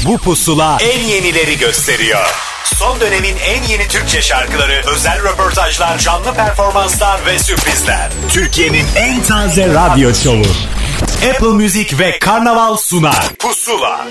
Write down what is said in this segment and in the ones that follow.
Bu pusula en yenileri gösteriyor. Son dönemin en yeni Türkçe şarkıları, özel röportajlar, canlı performanslar ve sürprizler. Türkiye'nin en taze radyo şovu. Apple Music ve Karnaval sunar. Pusula.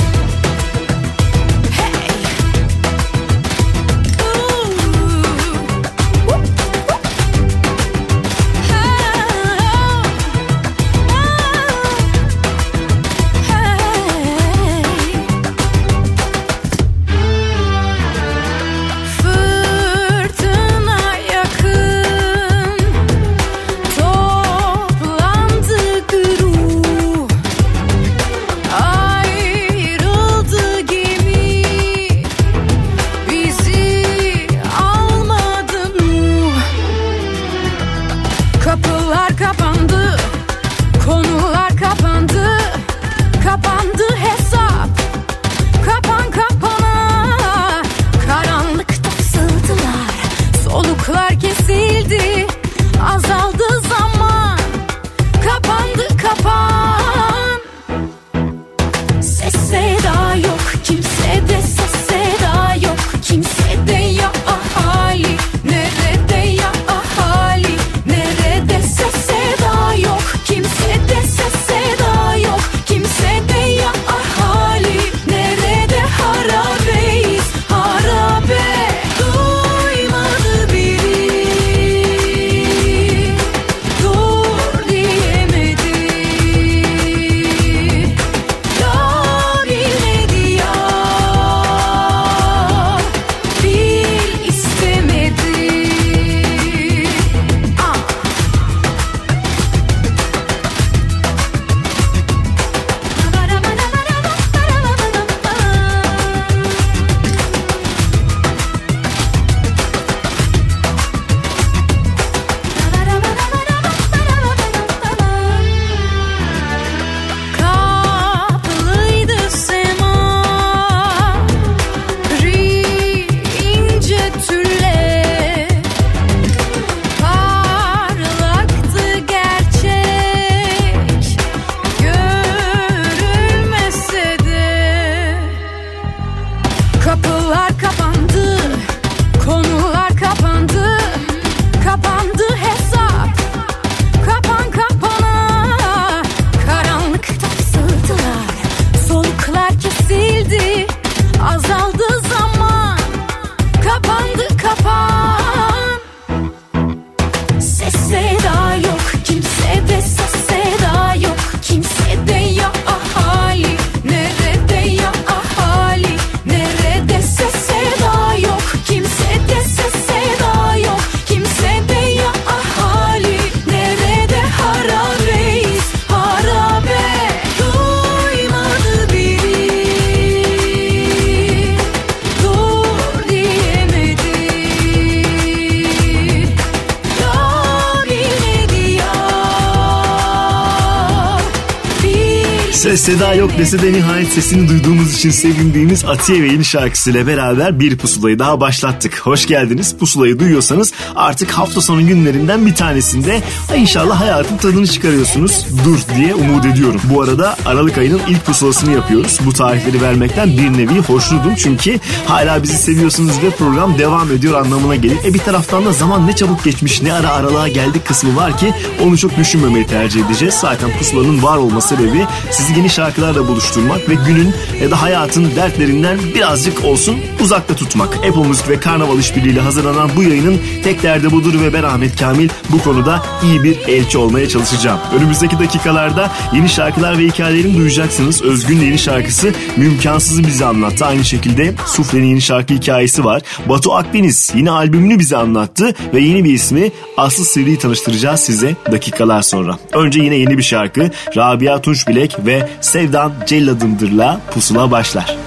Ses seda yok dese de nihayet sesini duyduğumuz için sevindiğimiz Atiye ve yeni şarkısıyla beraber bir pusulayı daha başlattık. Hoş geldiniz. Pusulayı duyuyorsanız artık hafta sonu günlerinden bir tanesinde inşallah hayatın tadını çıkarıyorsunuz. Dur diye umut ediyorum. Bu arada Aralık ayının ilk pusulasını yapıyoruz. Bu tarihleri vermekten bir nevi hoşnutum çünkü hala bizi seviyorsunuz ve program devam ediyor anlamına gelir. Bir taraftan da zaman ne çabuk geçmiş, ne ara aralığa geldik kısmı var ki onu çok düşünmemeyi tercih edeceğiz. Zaten pusulanın var olma sebebi sizi yeni şarkılarla buluşturmak ve günün ya da hayatın dertlerinden birazcık olsun uzakta tutmak. Apple Music ve Karnaval işbirliğiyle hazırlanan bu yayının tek derdi budur ve ben Ahmet Kamil bu konuda iyi bir elçi olmaya çalışacağım. Önümüzdeki dakikalarda yeni şarkılar ve hikayelerini duyacaksınız. Özgün'ün yeni şarkısı Mümkansız'ı bize anlattı. Aynı şekilde Sufle'nin yeni şarkı hikayesi var. Batu Akdeniz yine albümünü bize anlattı ve yeni bir ismi Aslı Sivri'yi tanıştıracağız size dakikalar sonra. Önce yine yeni bir şarkı Rabia Tunçbilek ve Sevdan Celladımdır'la Pusula başlar.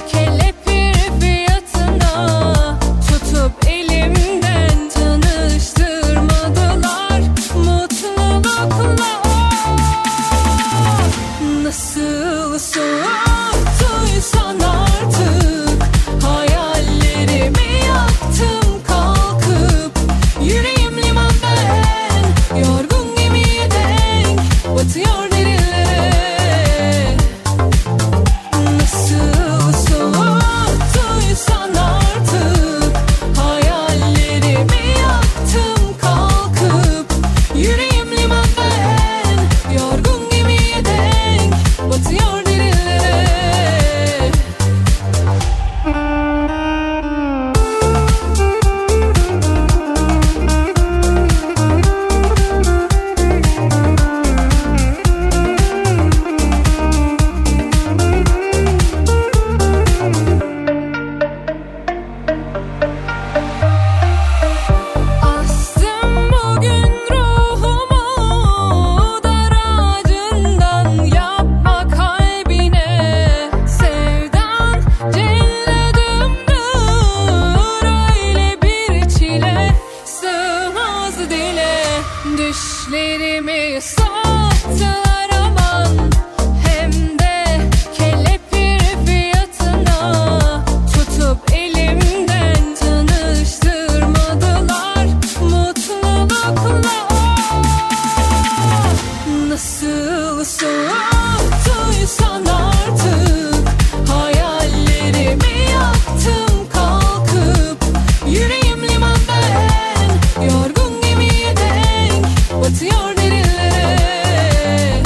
Elimden tanıştı. Düşlerimi sattılar aman, hem de kelepir fiyatına. Tutup elimden tanıştırmadılar mutlulukla. Nasıl soğuttuysan artık, hayallerimi yaktım kalkıp. Yüreğim liman ben, yorgun gemiye denk batıyor derinlere.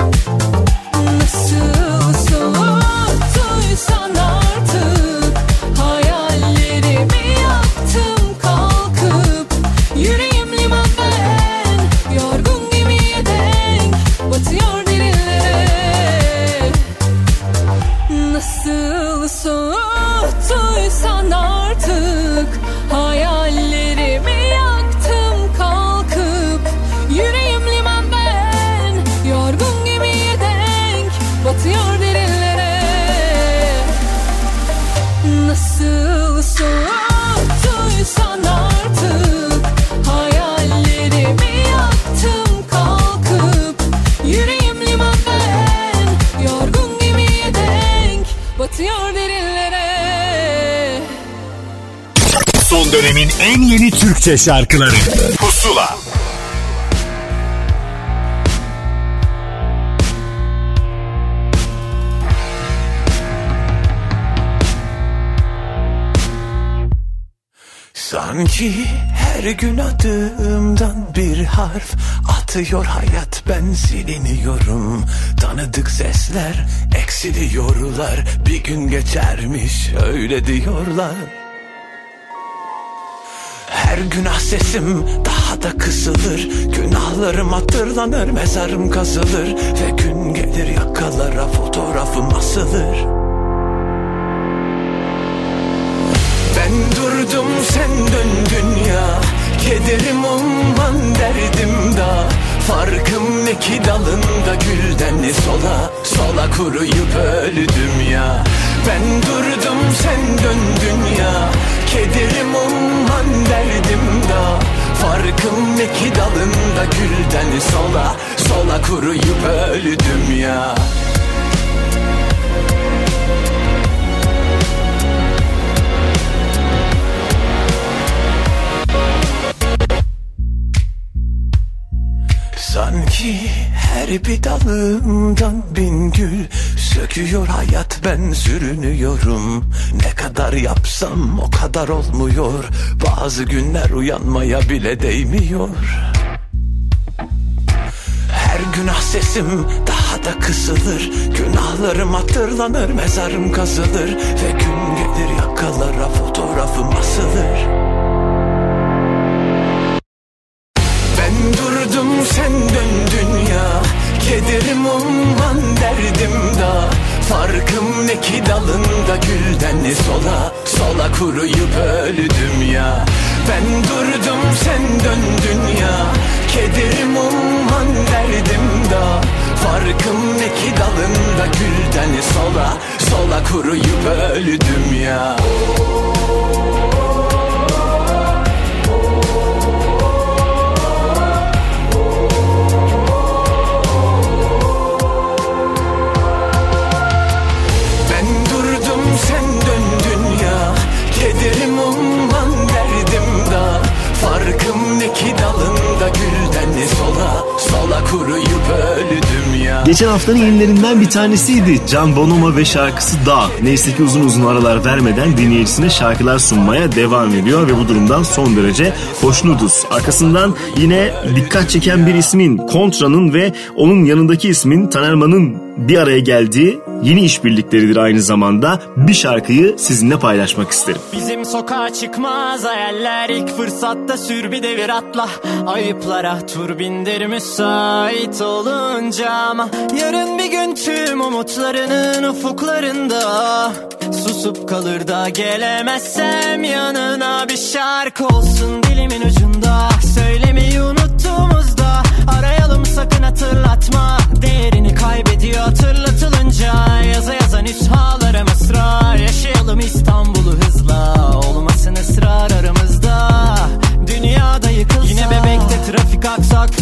Nasıl soğuttuysan artık, hayallerimi yaktım kalkıp. Yüreğim liman ben, yorgun gemiye denk batıyor derinlere. Nasıl soğuttuysan artık, hayallerimi yaktım kalkıp. Yüreğim liman ben, yorgun gemiye denk batıyor derinlere. Nasıl soğuttuysan artık, hayallerimi yaktım kalkıp. Yüreğim liman ben, yorgun gemiye denk batıyor derinlere. Son dönemin en yeni Türkçe şarkıları Pusula. Sanki her gün adımdan bir harf atıyor hayat, ben siliniyorum. Tanıdık sesler eksiliyorlar, bir gün geçermiş öyle diyorlar. Her günah sesim daha da kısılır, günahlarım hatırlanır, mezarım kazılır. Ve gün gelir yakalara fotoğrafım asılır. Ben durdum sen döndün ya, kederim umman derdim da. Farkım ne ki dalında gülden sola, sola kuruyup öldüm ya. Ben durdum sen döndün ya, kederim umman derdim da. Farkım ne ki dalında gülden sola, sola kuruyup öldüm ya. Sanki her bir dalımdan bin gül söküyor hayat, ben sürünüyorum. Ne kadar yapsam o kadar olmuyor, bazı günler uyanmaya bile değmiyor. Her günah sesim daha da kısılır, günahlarım hatırlanır, mezarım kazılır. Ve gün gelir yakalara fotoğrafım asılır. Durdum sen döndün ya, kederim umman derdim da. Farkım ne ki dalında gülden sola, sola kuruyup öldüm ya. Ben durdum sen döndün ya, kederim umman derdim da. Farkım ne ki dalında gülden sola, sola kuruyup öldüm ya. Sen döndün ya, kederim umman derdim da. Farkım ne ki dalında gülden sola, sola kuruyup öldüm ya. Geçen haftanın yayınlarından bir tanesiydi Can Bonomo ve şarkısı Dağ. Neyse ki uzun uzun aralar vermeden dinleyicisine şarkılar sunmaya devam ediyor ve bu durumdan son derece hoşnutuz. Arkasından yine dikkat çeken bir ismin, Kontra'nın ve onun yanındaki ismin Tanerman'ın bir araya geldiği yeni işbirlikleridir aynı zamanda. Bir şarkıyı sizinle paylaşmak isterim. Bizim sokağa çıkmaz hayaller, ilk fırsatta sür bir devir atla. Ayıplara tur bindir müsait olunca. Ama yarın bir gün tüm umutlarının ufuklarında susup kalır da gelemezsem yanına. Bir şarkı olsun dilimin ucunda, söylemeyi unuttuğumuzda arayalım sakın hatırlatma. Değerini kaybediyor hatırlatılınca, yaza yaza nüshalara mısra. Yaşayalım İstanbul'u hızla, olmasın ısrar aramızda. Dünyada yıkılsa yine bebekte trafik aksak,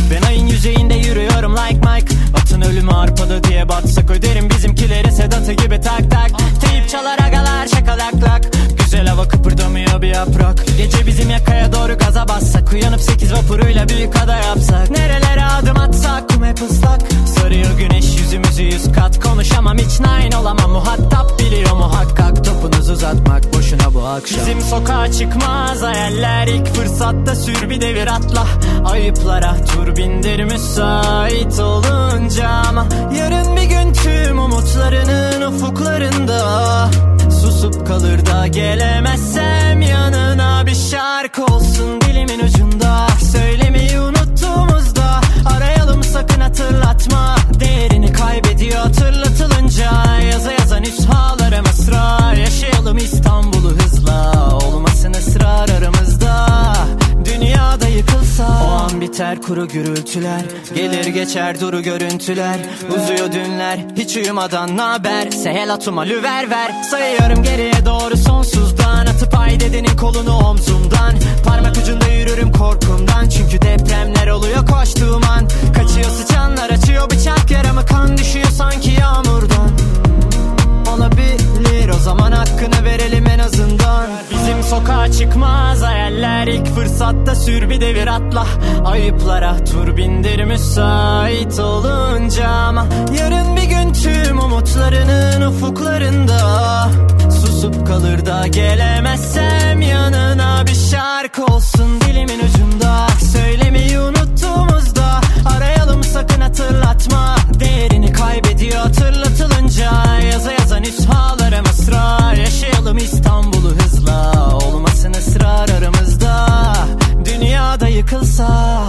yaprak. Gece bizim yakaya doğru gaza bassak, uyanıp 8 vapuruyla büyük ada yapsak. Nerelere adım atsak kum hep ıslak. Sarıyor güneş yüzümüzü 100 kat. Konuşamam hiç nine olamam, muhatap biliyor muhakkak. Topunuzu uzatmak boşuna bu akşam. Bizim sokağa çıkmaz hayaller, ilk fırsatta sür bir devir atla. Ayıplara tur bindir müsait olunca. Ama yarın bir gün tüm umutlarının ufuklarında susup kalır da gelemezsem yanına. Bir şarkı olsun dilimin ucunda, söylemeyi unuttuğumuzda arayalım sakın hatırlatma. Değerini kaybediyor hatırlatılınca, yaza yaza nüshalara mısra. Yaşayalım İstanbul'u hızla, olmasın ısrar aramızda. Dünyada yıkılsa o an biter kuru gürültüler. Gelir geçer duru görüntüler, uzuyor dünler hiç uyumadan naber. Sehel atuma lüver ver, sayıyorum geriye doğru sonsuzdan. Atıp ay dedenin kolunu omzumdan, parmak ucunda yürürüm korkumdan. Çünkü depremler oluyor koştuğum an. Kaçıyor sıçanlar, açıyor bıçak yaramı, kan düşüyor sanki yağmurdan. Olabilir, o zaman hakkını verelim en azından. Bizim sokağa çıkmaz hayaller, ilk fırsatta sür bir devir atla. Ayıplara tur bindir müsait olunca. Ama yarın bir gün tüm umutlarının ufuklarında susup kalır da gelemezsem yanına. Bir şarkı olsun dilimin ucunda, söylemeyi unuttuğumuzda arayalım sakın hatırlatma. Değerini kaybediyor hatırlatılınca, yaza yaza nüshalara mısra. Yaşayalım İstanbul'u hızla, olmasın ısrar aramızda. Dünyada yıkılsa.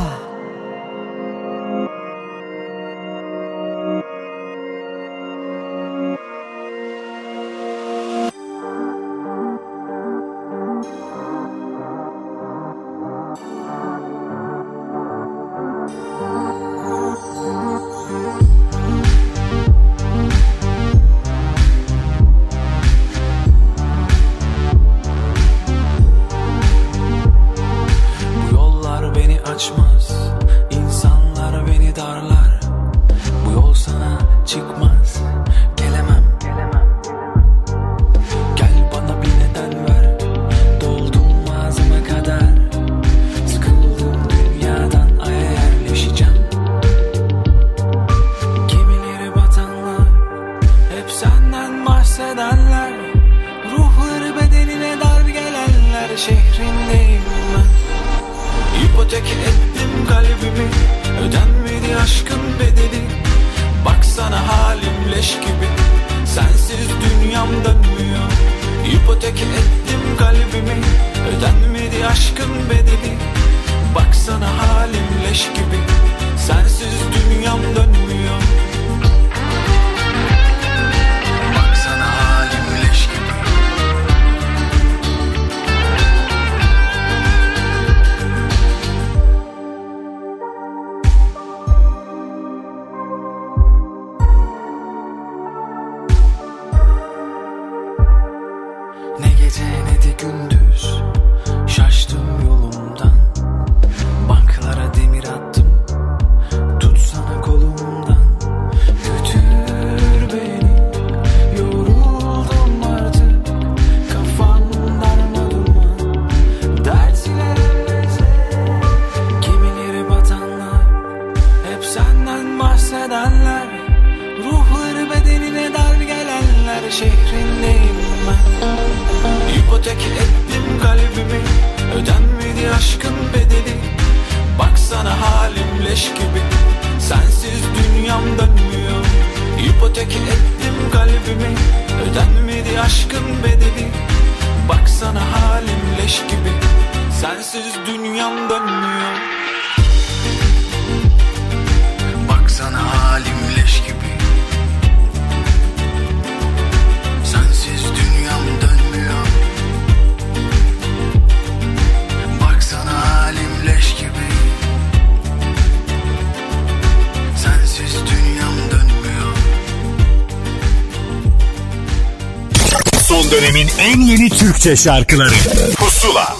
Dönemin en yeni Türkçe şarkıları Pusula.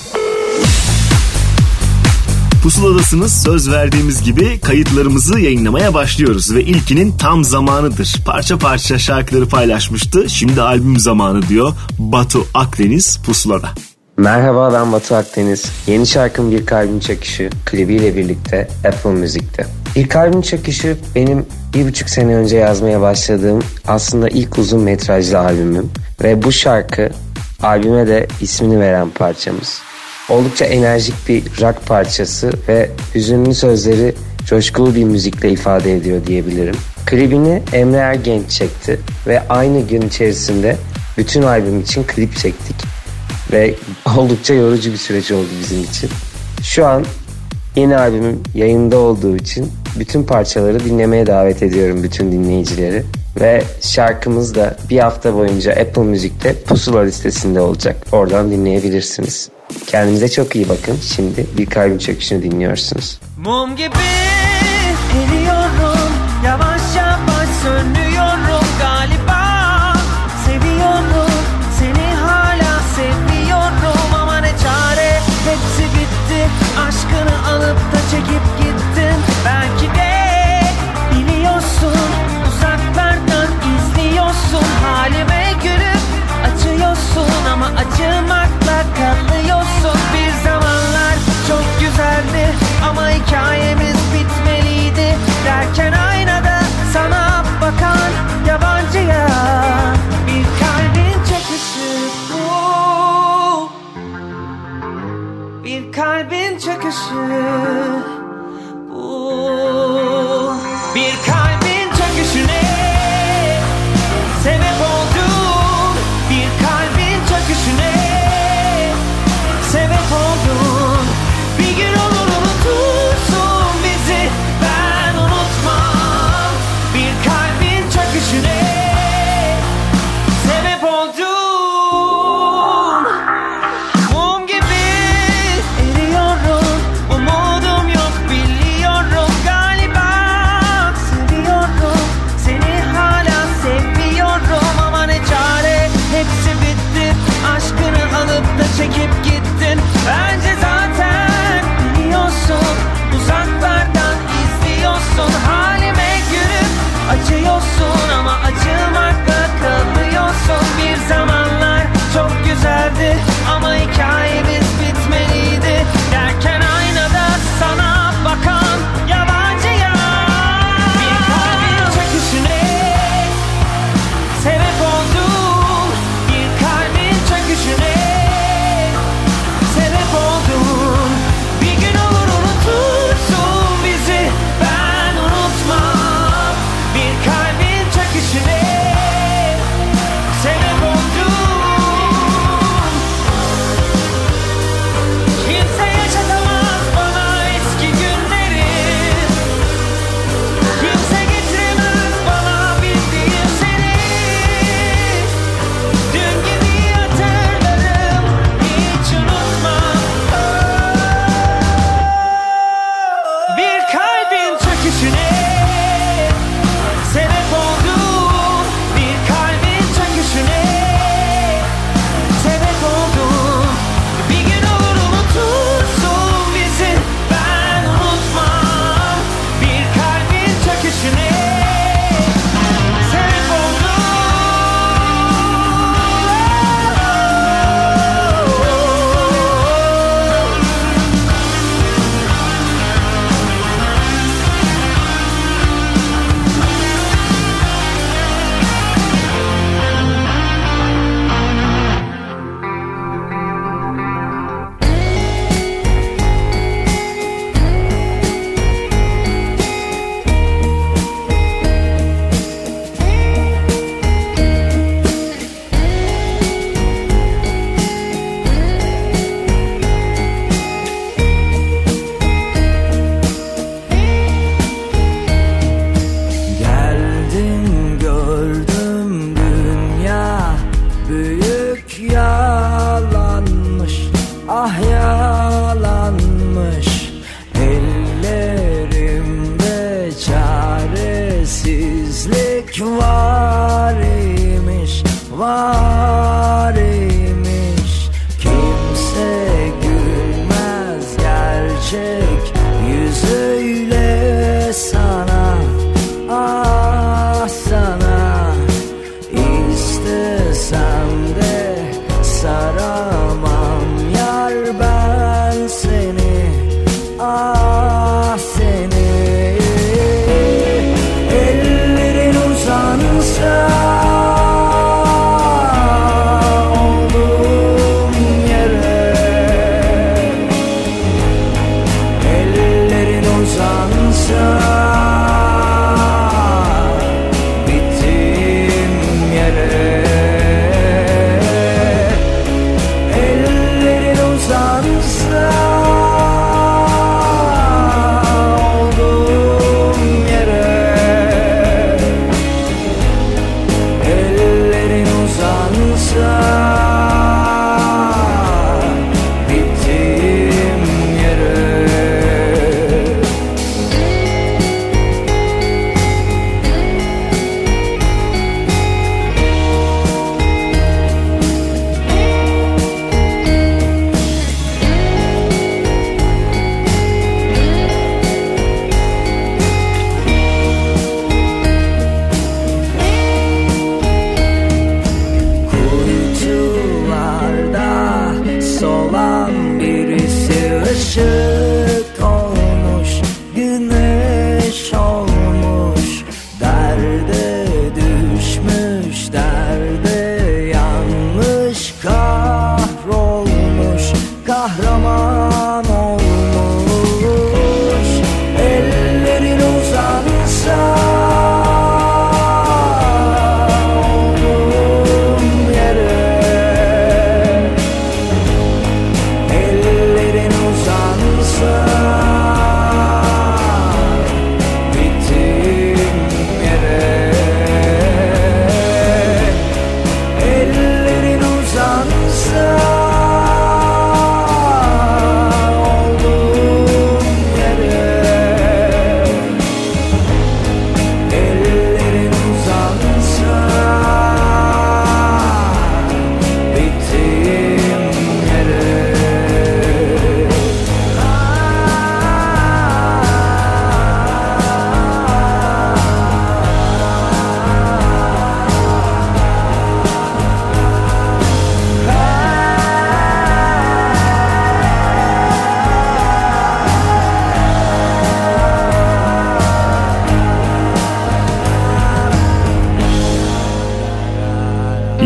Pusuladasınız. Söz verdiğimiz gibi kayıtlarımızı yayınlamaya başlıyoruz ve ilkinin tam zamanıdır. Parça parça şarkıları paylaşmıştı. Şimdi albüm zamanı diyor Batu Akdeniz Pusula'da. Merhaba, ben Batu Akdeniz. Yeni şarkım Bir Kalbin Çakışı klibiyle birlikte Apple Müzik'te. Bir Kalbin Çakışı benim 1,5 sene önce yazmaya başladığım aslında ilk uzun metrajlı albümüm. Ve bu şarkı albüme de ismini veren parçamız. Oldukça enerjik bir rock parçası ve hüzünlü sözleri coşkulu bir müzikle ifade ediyor diyebilirim. Klibini Emre Ergenç çekti ve aynı gün içerisinde bütün albüm için klip çektik. Ve oldukça yorucu bir süreç oldu bizim için. Şu an yeni albümüm yayında olduğu için bütün parçaları dinlemeye davet ediyorum bütün dinleyicileri. Ve şarkımız da bir hafta boyunca Apple Müzik'te Pusula listesinde olacak. Oradan dinleyebilirsiniz. Kendinize çok iyi bakın. Şimdi Bir Kalbin Çöküşü'nü dinliyorsunuz. Mum gibi eriyorum, yavaş yavaş sönüyorum galiba. Seviyorum seni, hala seviyorum ama ne çare, hepsi bitti. Aşkını alıp da çekip gittin. Belki de biliyorsun, uzaklardan izliyorsun. Halime gülüp acıyorsun ama acımakla kalıyorsun. Bir zamanlar çok güzeldi ama hikayemiz bitmeliydi. Derken aynada sana bakan yabancıya bir kalbin çakışı bu. Bir kalbin çakışı bu. Bir kalbin çakışı ne? Sebep oldun. Bir kalbin çakışı ne? Sebep oldun. Bir gün olur unutursun bizi, ben unutmam. Bir kalbin çakışı ne? Sebep oldun. Mum gibi eriyorum, umudum yok biliyorum. Galiba seviyorum seni, hala seviyorum ama ne çare, hepsi bitti. Aşkını alıp da çekip gittin. Bence zaten biliyorsun, uzaklardan izliyorsun. Halime gülüp acıyorsun ama acımakla kalıyorsun. Bir zamanlar çok güzeldi ama hikayemiz bitmeliydi. Derken aynada sana bakan yabancıya bir kalbin çakışı ne? Sebep oldun. Bir kalbin çakışı ne? Sebep oldun. Bir gün olur unutursun bizi, ben unutmam. Bir kalbin çakışı ne? Sebep oldun. Kimse yaşatamaz bana eski günleri. Kimse getiremez bana bildiğim seni. Dün gibi hatırlarım, hiç unutmam. Bir kalbin çöküşü ne? Sebep oldun. Bir kalbin çöküşü ne? Sebep oldun. Bir gün olur unutursun bizi, ben unutmam. Bir kalbin çöküşü ne? Sebep oldun. Geldim gördüm dünya büyük yalanmış, ah yalanmış. Ellerimde çaresizlik var imiş, var imiş. Kimse gülmez gerçek yüzüyle sana, ah sana. İstesem de saramam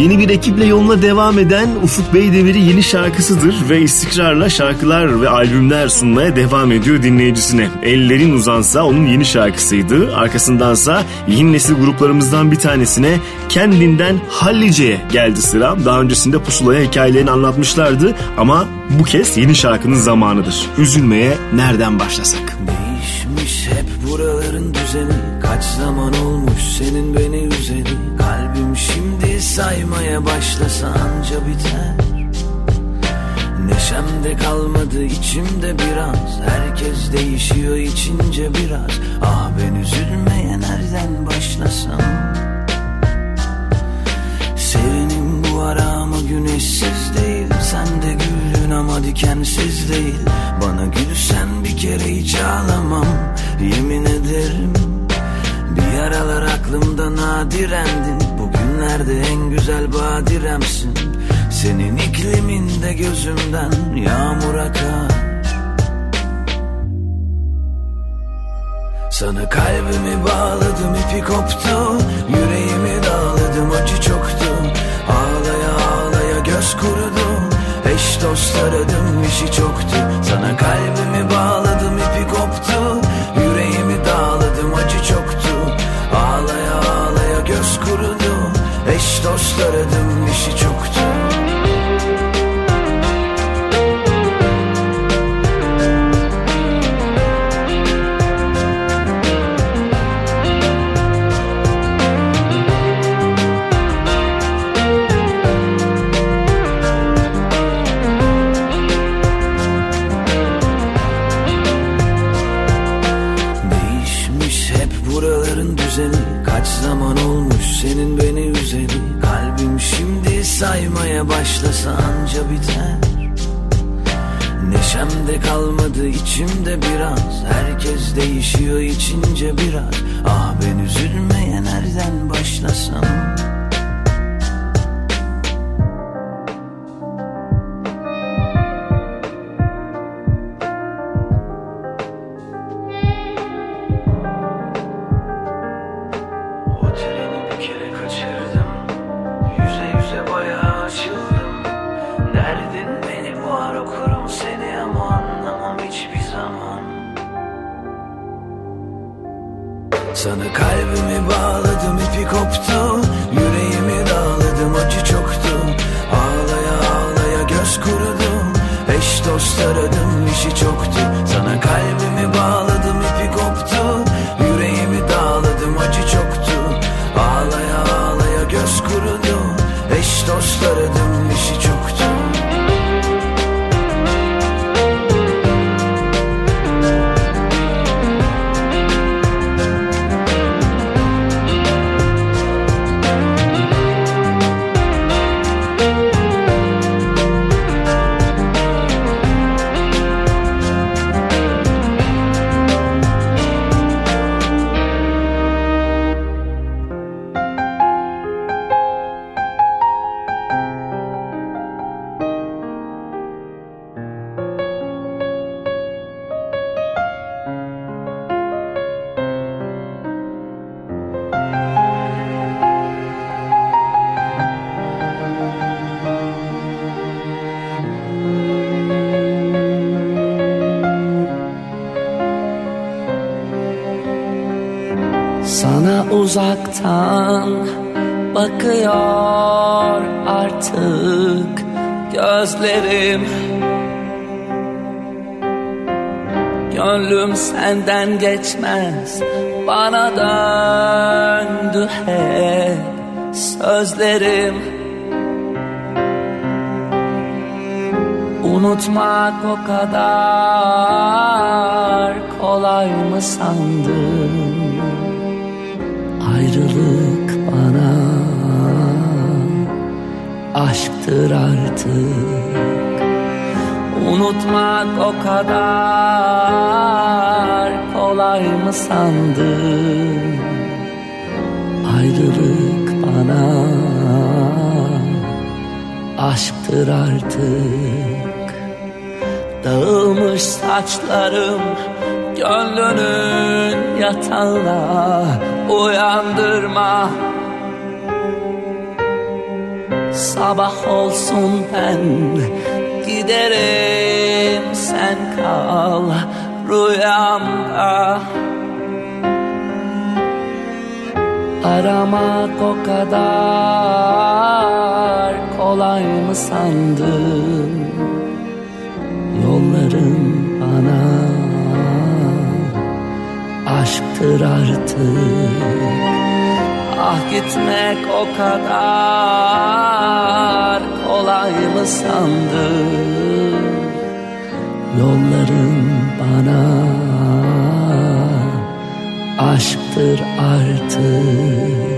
Yeni bir ekiple yoluna devam eden Ufuk Beydemir'i yeni şarkısıdır ve istikrarla şarkılar ve albümler sunmaya devam ediyor dinleyicisine. Ellerin Uzansa onun yeni şarkısıydı. Arkasındansa yeni nesil gruplarımızdan bir tanesine Kendinden Hallice'ye geldi sıra. Daha öncesinde Pusula'ya hikayelerini anlatmışlardı ama bu kez yeni şarkının zamanıdır. Üzülmeye nereden başlasak? Değişmiş hep buraların düzeni, kaç zaman olmuş senin beni üzeri. Kalbim şimdi saymaya başlasa anca biter. Neşemde kalmadı içimde biraz, herkes değişiyor içince biraz. Ah ben üzülmeye nereden başlasam? Serenim bu ara ama güneşsiz değil. Sen de güldün ama dikensiz değil. Bana gülsen bir kere hiç ağlamam, yemin ederim. Bir aralar aklımda nadirendin, bugünlerde en güzel badiremsin. Senin ikliminde gözümden yağmur akar. Sana kalbimi bağladım, ipi koptu. Yüreğimi dağladım, acı çoktu. Ağlaya ağlaya göz kurudu. Eş dost aradım, işi çoktu. Sana kalbimi bağladım, ipi koptu. Yüreğimi dağladım, acı çoktu. Ağlaya ağlaya göz kurudu. Eş dost aradım, işi çoktu. Kaç zaman olmuş senin beni üzeri. Kalbim şimdi saymaya başlasa anca biter. Neşemde kalmadı içimde biraz, herkes değişiyor içince biraz. Ah ben üzülmeye nereden başlasam? Sana kalbimi bağladım, ipi koptu. Yüreğimi dağladım, acı çoktu. Ağlaya ağlaya göz kurudu. Eş dost aradım, işi çoktu. Sana kalbimi bağladım, ipi koptu. Yüreğimi dağladım, acı çoktu. Ağlaya ağlaya göz kurudu. Eş dost aradım, işi çoktu. Uzaktan bakıyor artık gözlerim. Gönlüm senden geçmez, bana döndü hep sözlerim. Unutmak o kadar kolay mı sandın? Ayrılık bana aşktır artık. Unutmak o kadar kolay mı sandın? Ayrılık bana aşktır artık. Dağılmış saçlarım gönlünün yatağına uyandırma. Sabah olsun ben giderim, sen kal rüyamda. Aramak o kadar kolay mı sandın? Yolların bana aşktır artık. Ah gitmek o kadar kolay mı sandın? Yolların bana aşktır artık.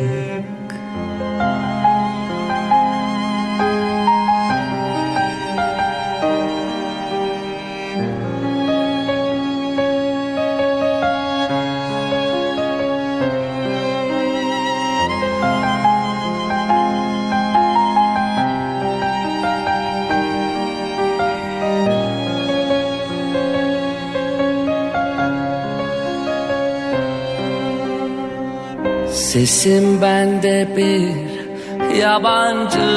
Sesim bende bir yabancı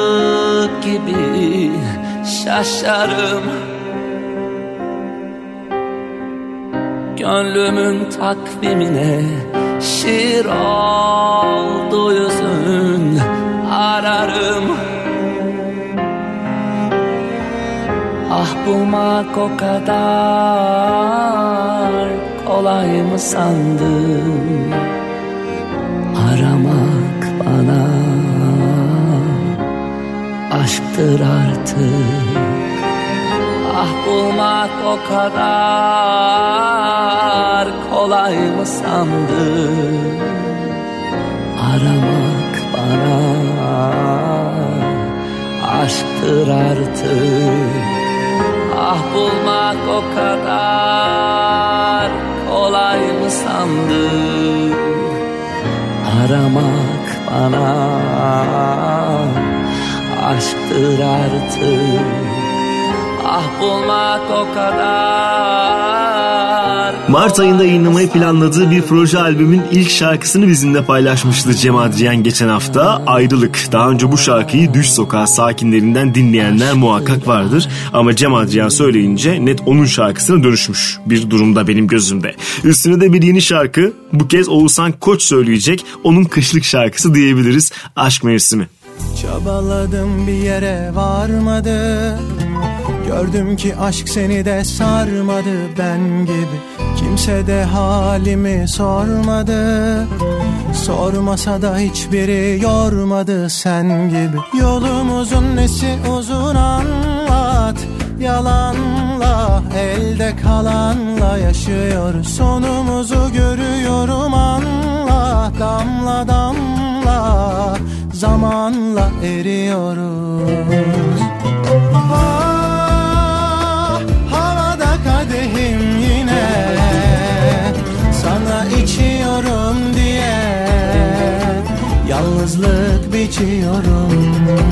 gibi, şaşarım. Gönlümün takvimine şiir oldu yüzün, ararım. Ah bulmak o kadar kolay mı sandın? Aramak bana aşktır artık. Ah bulmak o kadar kolay mı sandın? Aramak bana aşktır artık. Ah bulmak o kadar kolay mı sandın? Aramak bana aşktır artık. Ah bulmak o kadar. Mart ayında yayınlamayı planladığı bir proje albümün ilk şarkısını bizimle paylaşmıştı Cem Adrian geçen hafta. Ayrılık. Daha önce bu şarkıyı Düş Sokağı sakinlerinden dinleyenler muhakkak vardır. Ama Cem Adrian söyleyince net onun şarkısına dönüşmüş bir durumda benim gözümde. Üstüne de bir yeni şarkı. Bu kez Oğuzhan Koç söyleyecek. Onun kışlık şarkısı diyebiliriz. Aşk Mevsimi. Çabaladım bir yere varmadı. Gördüm ki aşk seni de sarmadı ben gibi. Kimse de halimi sormadı. Sormasa da hiçbiri yormadı sen gibi. Yolumuzun nesi uzun anlat. Yalanla, elde kalanla yaşıyoruz. Sonumuzu görüyorum anla. Damla damla zamanla eriyoruz. Havada kadehim yine sana içiyorum diye yalnızlık biçiyorum.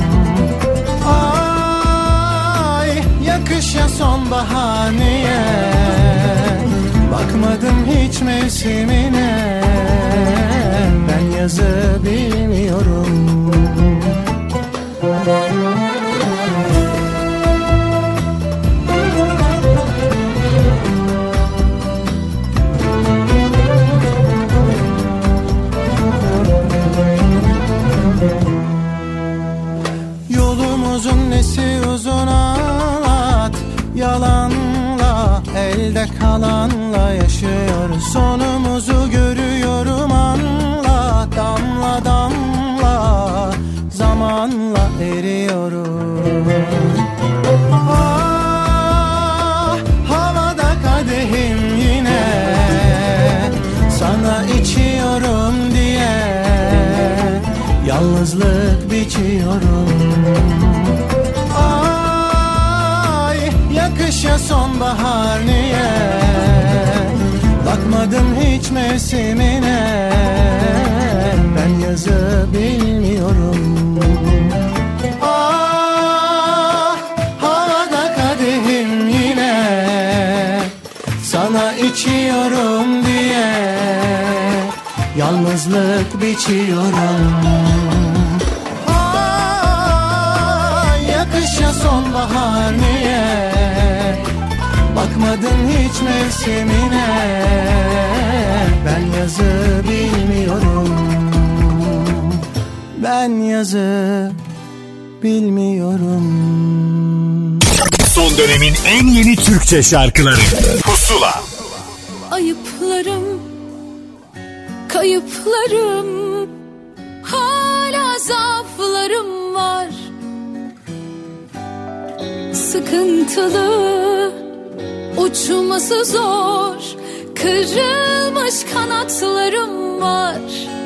Ay yakışa sonbahar niye bakmadım hiç mevsimine. Ben yazı bilmiyorum. Yolumuzun nesi uzun anlat. Yalanla, elde kalanla yaşıyoruz. Sonumuzu görüyorum anla. Damla damla zamanla eriyoruz. Havada kadehim yine sana içiyorum diye yalnızlık biçiyorum. Ay yakışa sonbahar niye bakmadım hiç mevsimine. Ben yazı bilmiyorum. Havada kadehim yine sana içiyorum diye yalnızlık biçiyorum. Bakmadın hiç mevsimine, ben yazı bilmiyorum. Ben yazı bilmiyorum. Son dönemin en yeni Türkçe şarkıları Pusula. Ayıplarım, kayıplarım, hala zaaflarım var. Sıkıntılı, uçması zor, kırılmış kanatlarım var.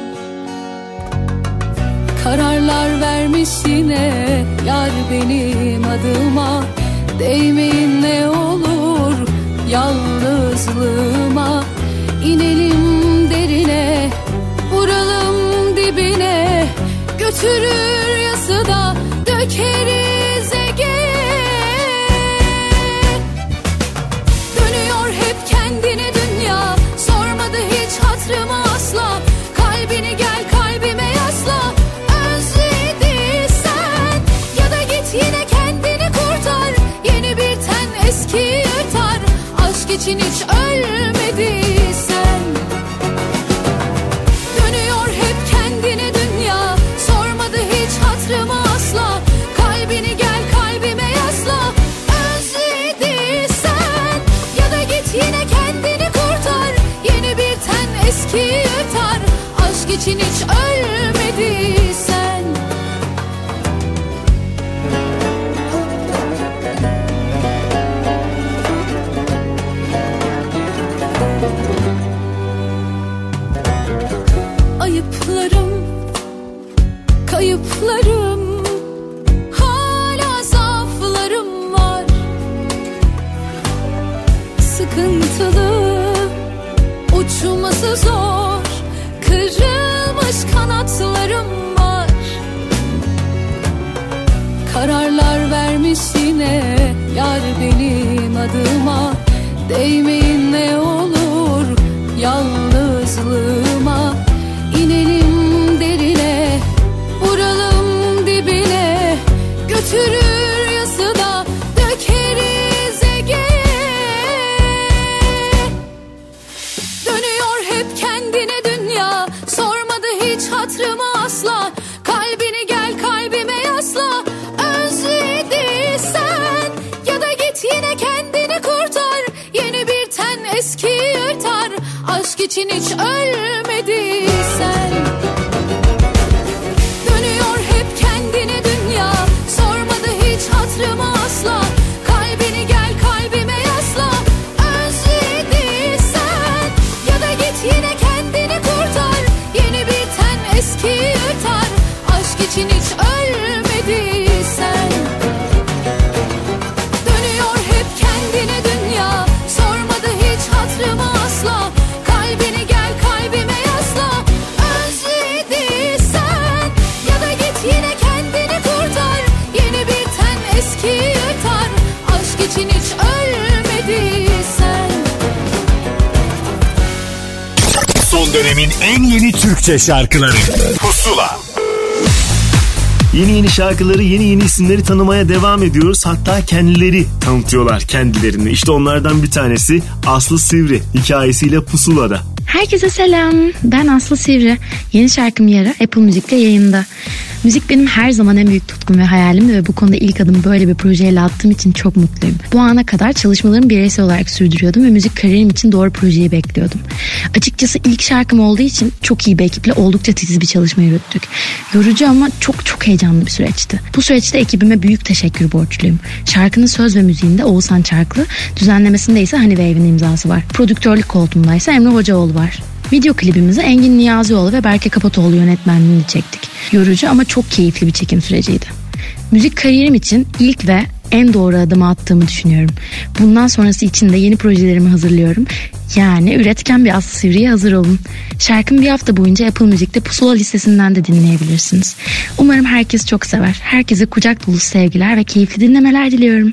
Kararlar vermiş yine yar benim adıma. Değmeyin ne olur yalnızlığıma. İnelim derine, vuralım dibine. Götürür yası da dökeriz Ege. Dönüyor hep kendine dünya, sormadı hiç hatrımı asla. Kalbini gel kalbime yasla. Özlediysen ya da git yine kendini kurtar. Yeni bir ten eski yırtar. Aşk için hiç ölmediysen. Dönüyor hep kendine dünya, sormadı hiç hatrımı asla. Kalbini gel kalbime yasla. Özlediysen ya da git yine kendini kurtar. Yeni bir ten eski yırtar. Aşk için hiç ölmediysen. Ayıplarım, kayıplarım, hala zaaflarım var. Sıkıntılı, uçması zor, kırılmış kanatlarım var. Kararlar vermiş yine yar benim adıma. Değmeyin ne olur yalnızlığıma. İnelim derine, vuralım dibine. Götürür yası da dökeriz Ege. Dönüyor hep kendine dünya, sormadı hiç hatrımı asla. Kalbini gel kalbime yasla. Özlediysen ya da git yine kendini kurtar. Yeni bir ten eski yırtar. Aşk için hiç ölmediysen. Dönüyor hep kendine dünya, sormadı hiç hatrımı asla. Kalbini gel kalbime yasla. Özlediysen ya da git yine kendini kurtar. Yeni bir ten eski yırtar. Aşk için hiç ölmediysen. Dönüyor hep kendine dünya, sormadı hiç hatrımı asla. Kalbini gel kalbime yasla. Özlediysen ya da git yine kendini kurtar. Yeni bir ten eski yırtar. Aşk için hiç ölmediysen. Son dönemin en yeni Türkçe şarkıları Pusula. Yeni şarkıları, yeni isimleri tanımaya devam ediyoruz. Hatta kendileri tanıtıyorlar kendilerini. İşte onlardan bir tanesi Aslı Sivri, hikayesiyle Pusula'da. Herkese selam. Ben Aslı Sivri. Yeni şarkım Yara Apple Music'te yayında. Müzik benim her zaman en büyük tutkum ve hayalimdi ve bu konuda ilk adımı böyle bir projeyle attığım için çok mutluyum. Bu ana kadar çalışmalarımı bireysel olarak sürdürüyordum ve müzik kariyerim için doğru projeyi bekliyordum. Açıkçası ilk şarkım olduğu için çok iyi bir ekiple oldukça titiz bir çalışma yürüttük. Yorucu ama çok heyecanlı bir süreçti. Bu süreçte ekibime büyük teşekkür borçluyum. Şarkının söz ve müziğinde Oğuzhan Çarklı, düzenlemesinde ise Honeywave'in imzası var. Prodüktörlük koltuğunda ise Emre Hocaoğlu var. Video klibimizi Engin Niyazioğlu ve Berke Kapatoğlu yönetmenliğini çektik. Yorucu ama çok keyifli bir çekim süreciydi. Müzik kariyerim için ilk ve en doğru adımı attığımı düşünüyorum. Bundan sonrası için de yeni projelerimi hazırlıyorum. Yani üretken bir Aslı Sivri'ye hazır olun. Şarkımı bir hafta boyunca Apple Music'te Pusula listesinden de dinleyebilirsiniz. Umarım herkes çok sever. Herkese kucak dolusu sevgiler ve keyifli dinlemeler diliyorum.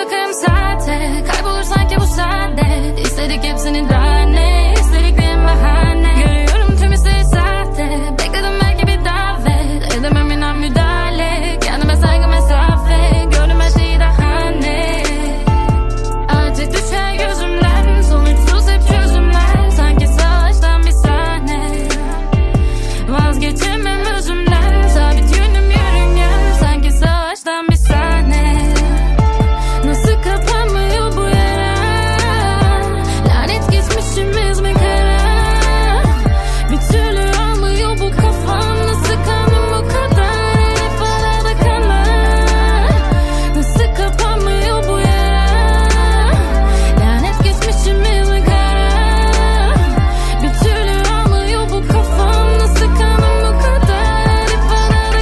bakarım saate, kaybolur sanki bu sende. İstedik hepsini daha ne, istediklerim bahane. Görüyorum tüm hisleri sahte, bekledim belki bir davet. Edemem inan müdahale, kendime saygı mesafe. Gördüm her şeyi daha ne. Artık düşer gözümden, sonuçsuz hep çözümler. Sanki savaştan bir sahne. Vazgeçemem özümden, sabit yönüm yörüngem. Sanki savaştan bir sahne. Nasıl kapanmıyor bu yara? Lanet geçmişimiz mi kara? Bir türlü almıyor bu kafam. Nasıl kanım bu kadar? Elif arada kanar. Nasıl kapanmıyor bu yara? Lanet geçmişimiz mi kara? Bir türlü almıyor bu kafam. Nasıl kanım bu kadar? Elif arada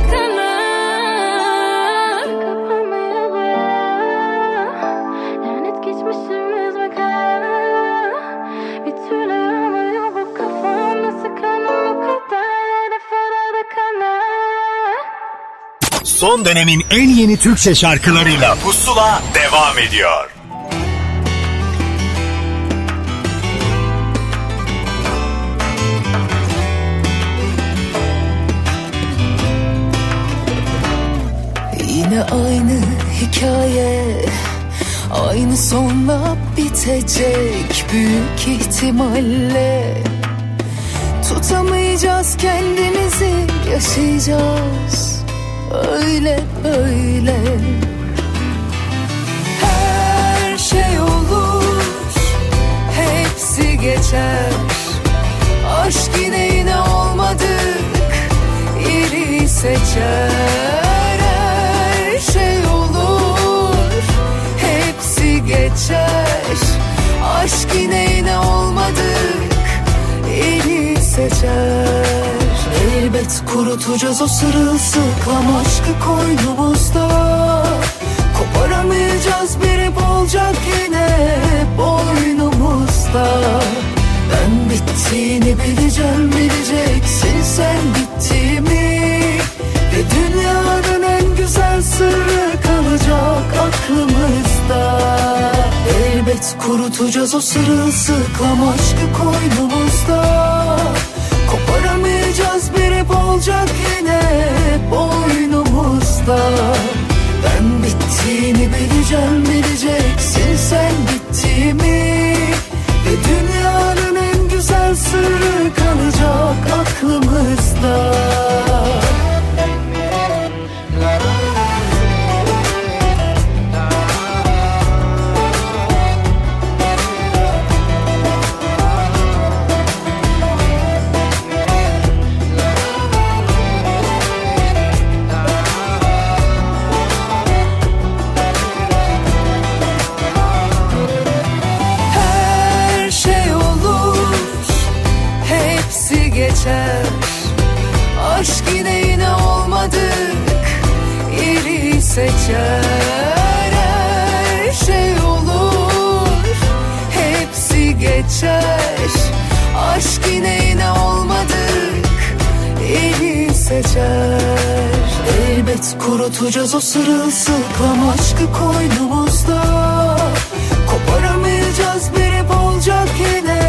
kanar. Kapanmıyor bu yara. Lanet geçmişimiz mi kara? Bir türlü almıyor bu kafam. Nasıl kanım bu kadar? Elif arada kanar. Son dönemin en yeni Türkçe şarkılarıyla Pusula devam ediyor. Yine aynı hikaye, aynı sonla bitecek büyük ihtimalle. Tutamayacağız kendimizi, yaşayacağız öyle böyle. Her şey olur, hepsi geçer. Aşk yine olmadık, yeri seçer. Her şey olur, hepsi geçer. Aşk yine olmadık, yeri seçer. Elbet kurutacağız o sırılsıklam aşkı koynumuzda. Koparamayacağız, bir ip olacak yine boynumuzda. Ben bittiğini bileceğim, bileceksin sen bittiğimi. Ve dünyanın en güzel sırrı kalacak aklımızda. Elbet kurutacağız o sırılsıklam aşkı koynumuzda. Koparamayacağız, bir ip olacak yine boynumuzda. Ben bittiğini bileceğim, bileceksin sen bittiğimi. Ve dünyanın en güzel sırrı kalacak aklımızda. Aşk yine olmadık, yeri seçer. Her şey olur, hepsi geçer. Aşk yine olmadık, yeri seçer. Elbet kurutacağız o sırılsıklam aşkı koynumuzda. Koparamayacağız, bir ip olacak yine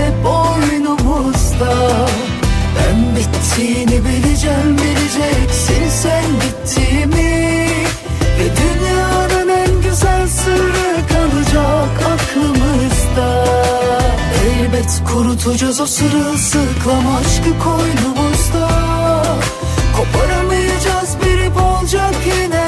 boynumuzda. Ben bittiğini bileceğim, bileceksin sen bittiğimi. Ve dünyanın en güzel sırrı kalacak aklımızda. Elbet kurutacağız o sırılsıklam aşkı koynumuzda. Koparamayacağız, bir ip olacak yine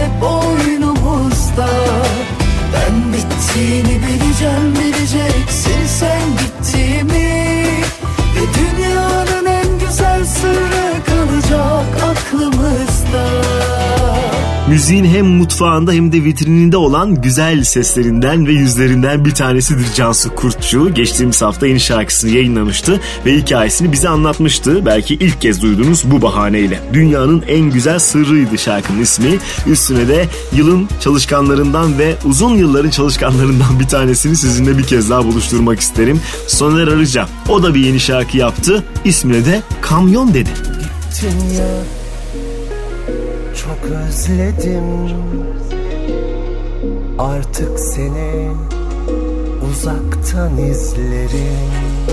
boynumuzda. Ben bittiğini bileceğim, bileceksin sen bittiğimi. Ve dünyanın en güzel sırrı kalacak aklımızda. Müziğin hem mutfağında hem de vitrininde olan güzel seslerinden ve yüzlerinden bir tanesidir Cansu Kurtçu. Geçtiğimiz hafta yeni şarkısını yayınlamıştı ve hikayesini bize anlatmıştı. Belki ilk kez duydunuz bu bahaneyle. Dünyanın en güzel sırrıydı şarkının ismi. Üstüne de yılın çalışkanlarından ve uzun yılların çalışkanlarından bir tanesini sizinle bir kez daha buluşturmak isterim. Soner Arıca. O da bir yeni şarkı yaptı. İsmine de Kamyon dedi. Gittin ya, çok özledim. Artık seni uzaktan izlerim.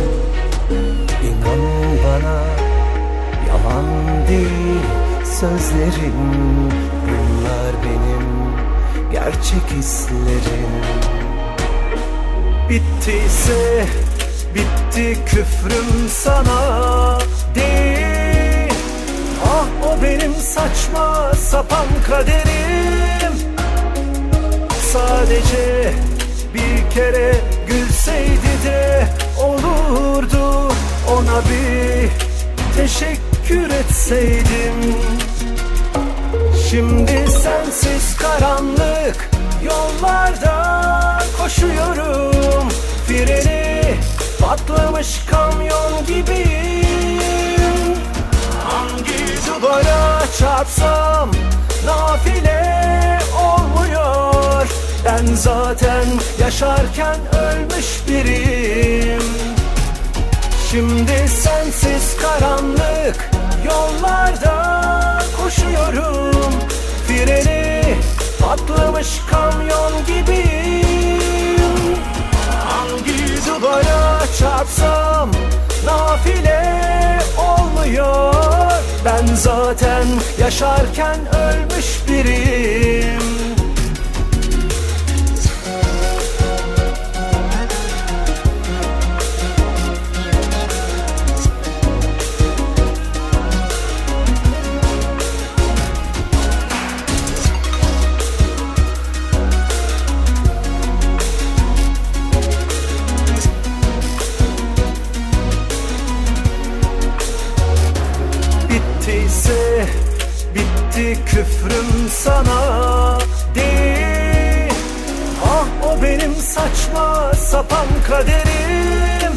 İnan bana, yalan değil sözlerim. Bunlar benim gerçek hislerim. Bittiyse bitti küfrüm sana değil. Ah o benim saçma sapan kaderim. Sadece bir kere gülseydi de olurdu. Ona bir teşekkür etseydim. Şimdi sensiz karanlık yollarda koşuyorum. Freni patlamış kamyon gibiyim. Hangi duvara çarpsam nafile olmuyor. Ben zaten yaşarken ölmüş biriyim. Şimdi sensiz karanlık yollarda koşuyorum. Freni patlamış kamyon gibiyim. Hangi duvara çarpsam nafile olmuyor. Ben zaten yaşarken ölmüş biriyim. Bitti küfrüm sana değil. Ah o benim saçma sapan kaderim.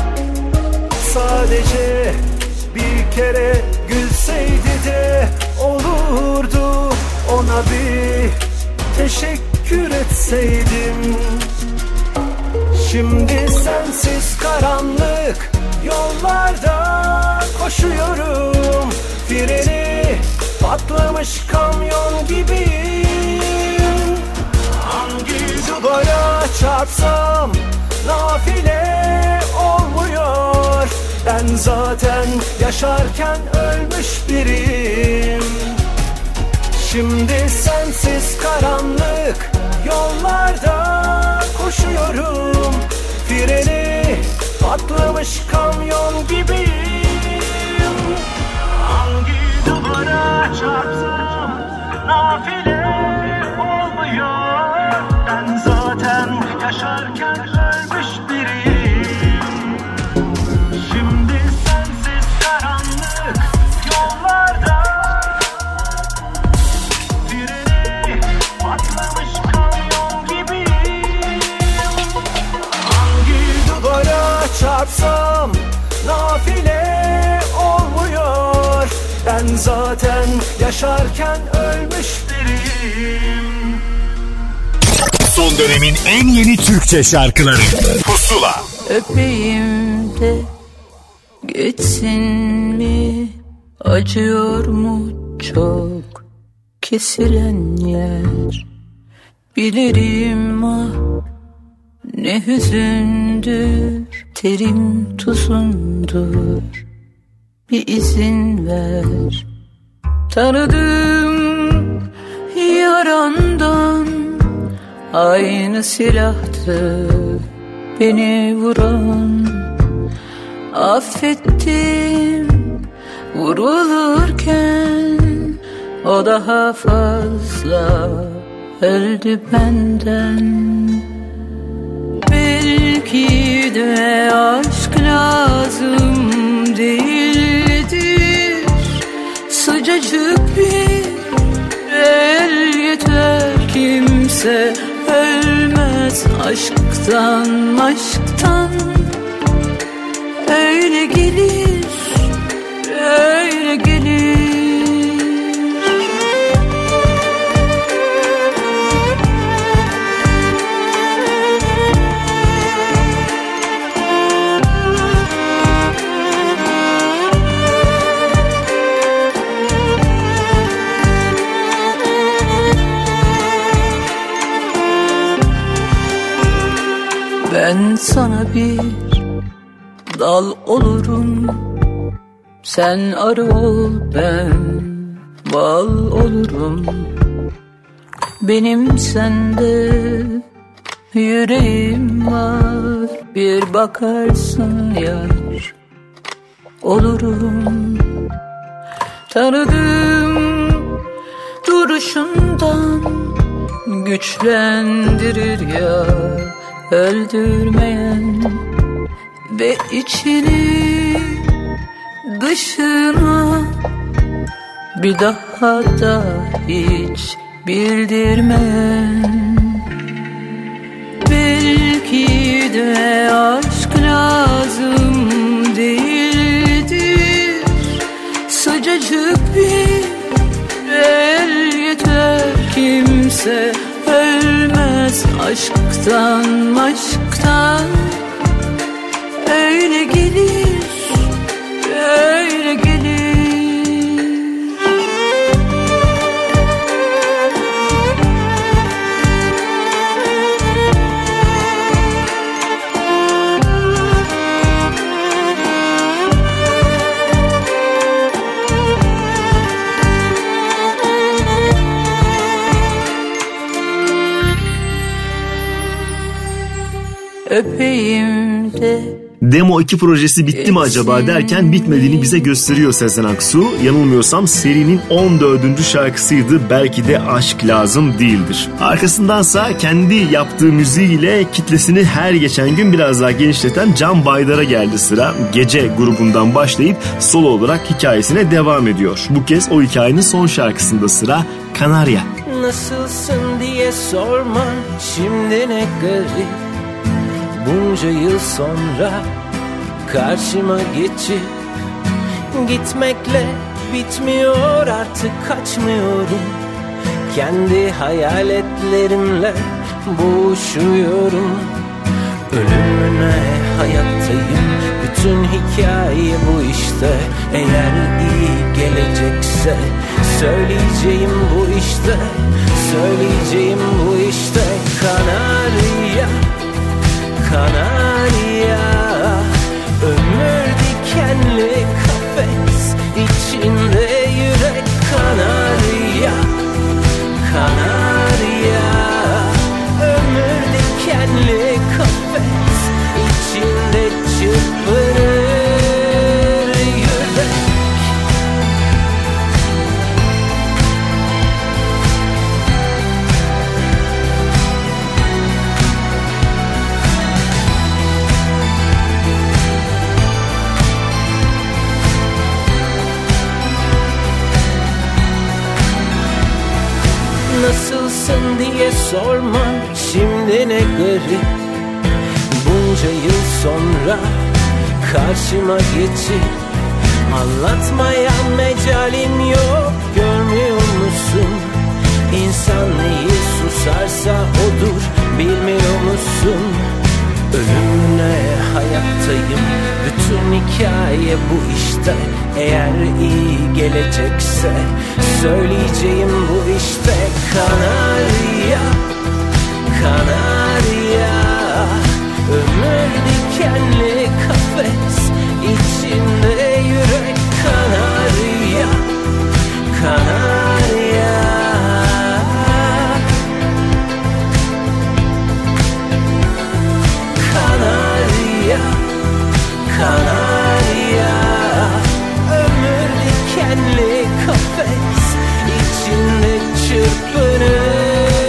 Sadece bir kere gülseydi de olurdu. Ona bir teşekkür etseydim. Şimdi sensiz karanlık yollarda koşuyorum. Freni patlamış kamyon gibiyim. Hangi duvara çarpsam nafile olmuyor. Ben zaten yaşarken ölmüş biriyim. Şimdi sensiz karanlık yollarda koşuyorum. Freni patlamış kamyon gibiyim. Hangi duvara çarpsam nafile olmuyor. Ben zaten yaşarken ölmüş biriyim. Şimdi sensiz karanlık yollarda freni patlamış kamyon gibiyim. Hangi duvara çarpsam nafile olmuyor. Ben zaten yaşarken ölmüş biriyim. Son dönemin en yeni Türkçe şarkıları Pusula. Öpeyim de geçsin mi? Acıyor mu çok kesilen yer? Bilirim ah ne hüzündür, terim tuzundur. Bir izin ver, tanıdığım yarandan aynı silahtı beni vuran. Affettim vurulurken, o daha fazla öldü benden. Belki de aşk lazım değildir, sıcacık bir el yeter. Kimse ölmez aşktan, aşktan. Öyle gelir, öyle gelir. Ben sana bir dal olurum, sen arı ol, ben bal olurum. Benim sende yüreğim var, bir bakarsın yar olurum. Tanıdığım duruşundan güçlendirir ya öldürmeyen, ve içini dışına bir daha da hiç bildirmeyen. Belki de aşk lazım değildir, sıcacık bir el yeter. Kimse ölmez aşktan, aşktan. Öyle gelir, öyle gelir. Öpeyim de. Demo 2 projesi bitti mi acaba derken bitmediğini bize gösteriyor Sezen Aksu. Yanılmıyorsam serinin 14. şarkısıydı. Belki de aşk lazım değildir. Arkasındansa kendi yaptığı müziğiyle kitlesini her geçen gün biraz daha genişleten Can Baydar'a geldi sıra. Gece grubundan başlayıp solo olarak hikayesine devam ediyor. Bu kez o hikayenin son şarkısında sıra Kanarya. Nasılsın diye sorma şimdi, ne garip. Bunca yıl sonra karşıma geçip gitmekle bitmiyor artık, kaçmıyorum. Kendi hayaletlerimle boğuşuyorum. Ölümüne hayattayım, bütün hikaye bu işte. Eğer iyi gelecekse söyleyeceğim bu işte, söyleyeceğim bu işte. Kanarya, Kanarya, ömür dikenli kafes, içinde yürek. Kanarya, Kanarya, ömür dikenli kafes, içinde çırpınır yürek. Nasılsın diye sorma şimdi, ne garip. Bunca yıl sonra karşıma geçip anlatmaya mecalim yok, görmüyor musun? İnsan neyi susarsa odur, bilmiyor musun? Ölümüne hayattayım, bütün hikaye bu işte. Eğer iyi gelecekse söyleyeceğim bu işte. Kanarya, Kanarya, ömür dikenli kafes, içinde yürek. Kanarya, Kanarya, Kanarya, Kanarya, ömür dikenli kafes, içinde çırpınır.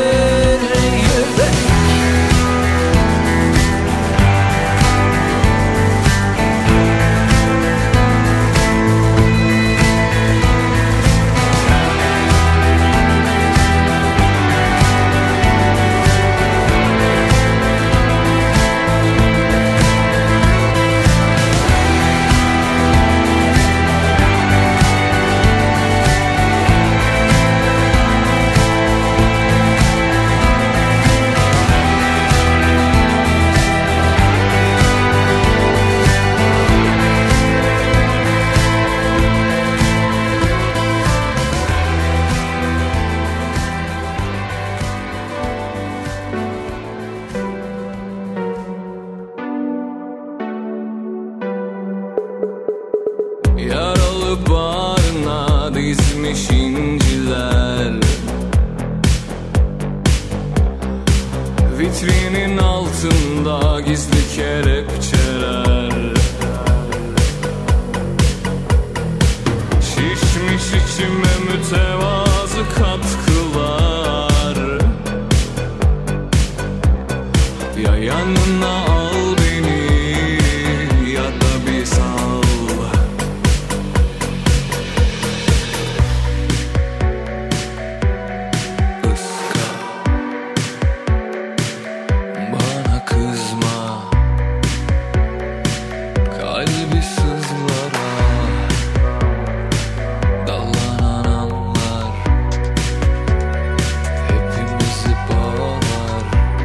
Vitrinin altında gizli kelepçeler, şişmiş içime mütevazı katkılar. Ya yanına al beni ya da bir sal. Iska, bana kızma, kalbi sızlara dallanan anlar hepimizi bağlar,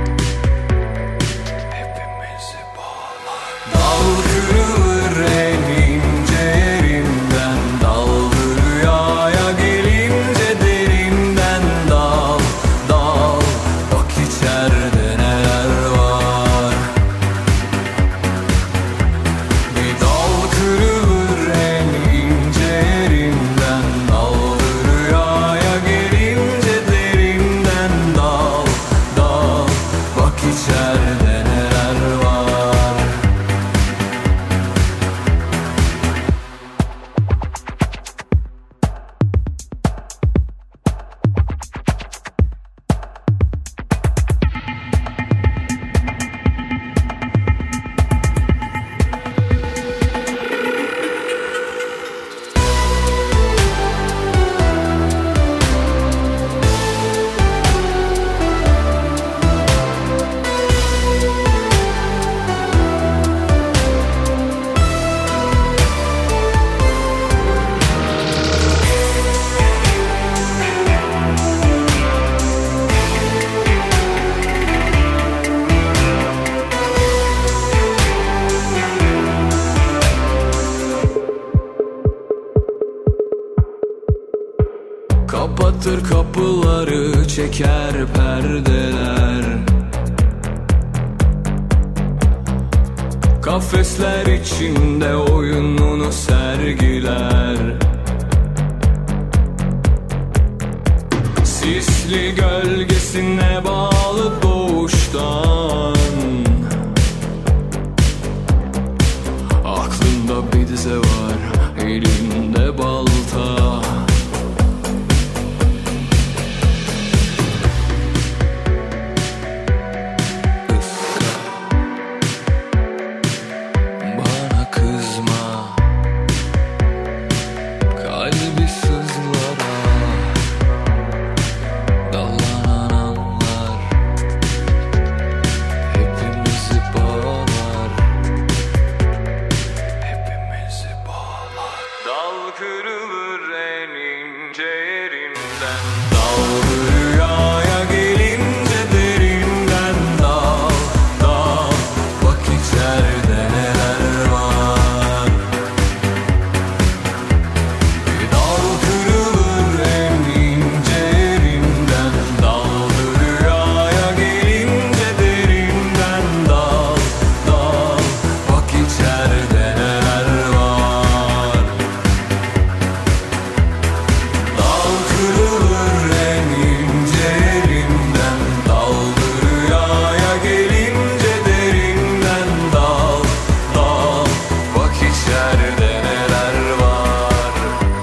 hepimizi bağlar. Dal kırılır en ince yerinden, dallı rüyaya gelince derinden dal, dal. Bak içeride neler var. Bir dal kırılır en ince yerinden, dallı rüyaya gelince derinden dal, dal. Bak içeride neler var. Kapatır kapıları, çeker perdeler. Kafesler içinde oyununu sergiler. Sisli gölgesine bağlı doğuştan, aklında bir dize var, elinde balta. Bana kızma, kalbi sızlara dallanan anlar hepimizi bağlar, hepimizi bağlar. Dal kırılır en ince yerinden, dallı rüyaya gelince derinden dal, dal. Bak içeride neler var. Bir dal kırılır en ince yerinden, dallı rüyaya gelince derinden dal, dal. Bak içeride neler var. Dal kırılır en ince yerinden, dallı rüyaya gelince derinden dal, dal. Bak içeride neler var.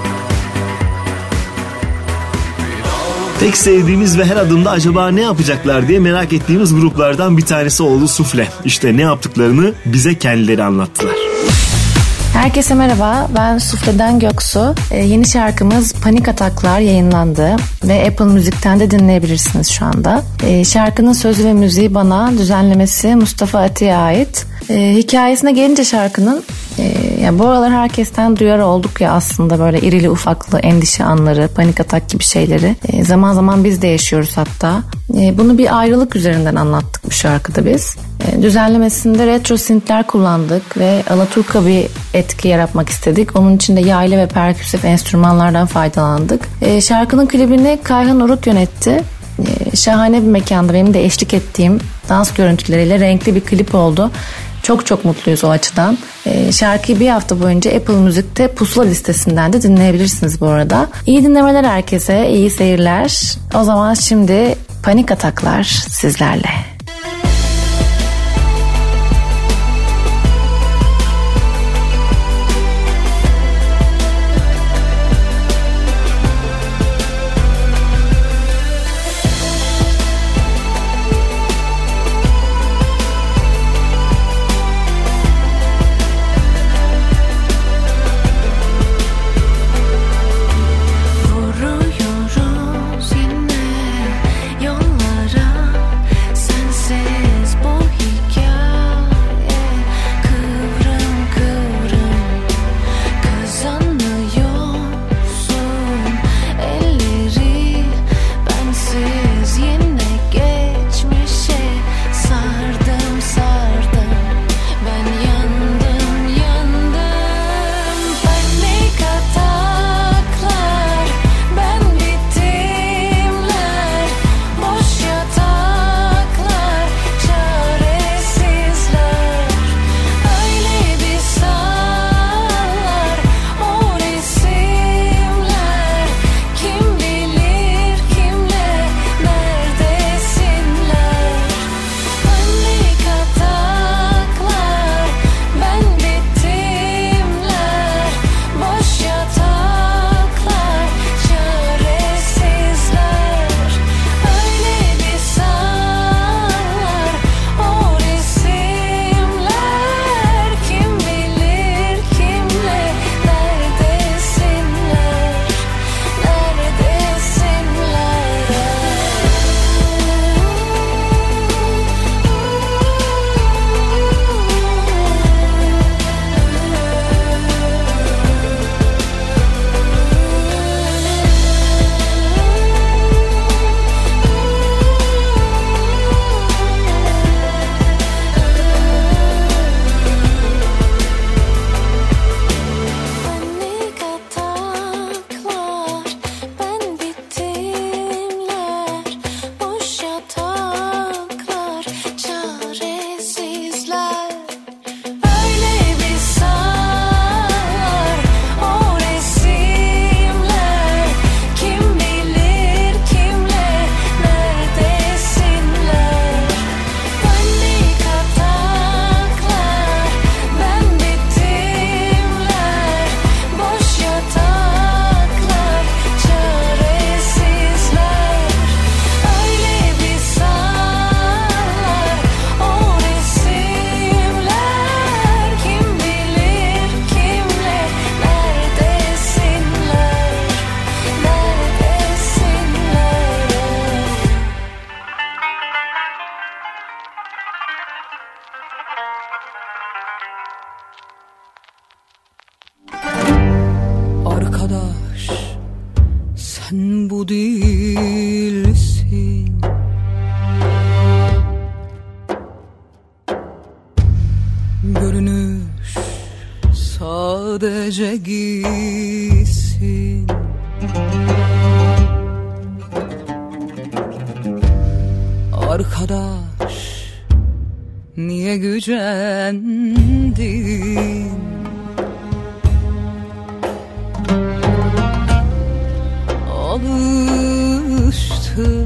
Tek sevdiğimiz ve her adımda acaba ne yapacaklar diye merak ettiğimiz gruplardan bir tanesi oldu Sufle. İşte ne yaptıklarını bize kendileri anlattılar. Herkese merhaba, ben Sufle'den Göksu. Yeni şarkımız Panik Ataklar yayınlandı ve Apple Müzik'ten de dinleyebilirsiniz şu anda. Şarkının sözü ve müziği bana, düzenlemesi Mustafa Ati'ye ait. Hikayesine gelince şarkının, yani bu aralar herkesten duyar olduk ya aslında böyle irili ufaklı endişe anları, panik atak gibi şeyleri. Zaman zaman biz de yaşıyoruz hatta. Bunu bir ayrılık üzerinden anlattık bu şarkıda biz. Düzenlemesinde retro synthler kullandık ve alaturka bir etki yaratmak istedik. Onun için de yaylı ve perküsif enstrümanlardan faydalandık. Şarkının klibini Kayhan Uruk yönetti. Şahane bir mekanda benim de eşlik ettiğim dans görüntüleriyle renkli bir klip oldu. Çok çok mutluyuz o açıdan. Şarkıyı bir hafta boyunca Apple Müzik'te Pusula listesinden de dinleyebilirsiniz bu arada. İyi dinlemeler herkese, iyi seyirler. O zaman şimdi Panik Ataklar sizlerle. sadece gitsin. Arkadaş, niye gücendin? Alıştım,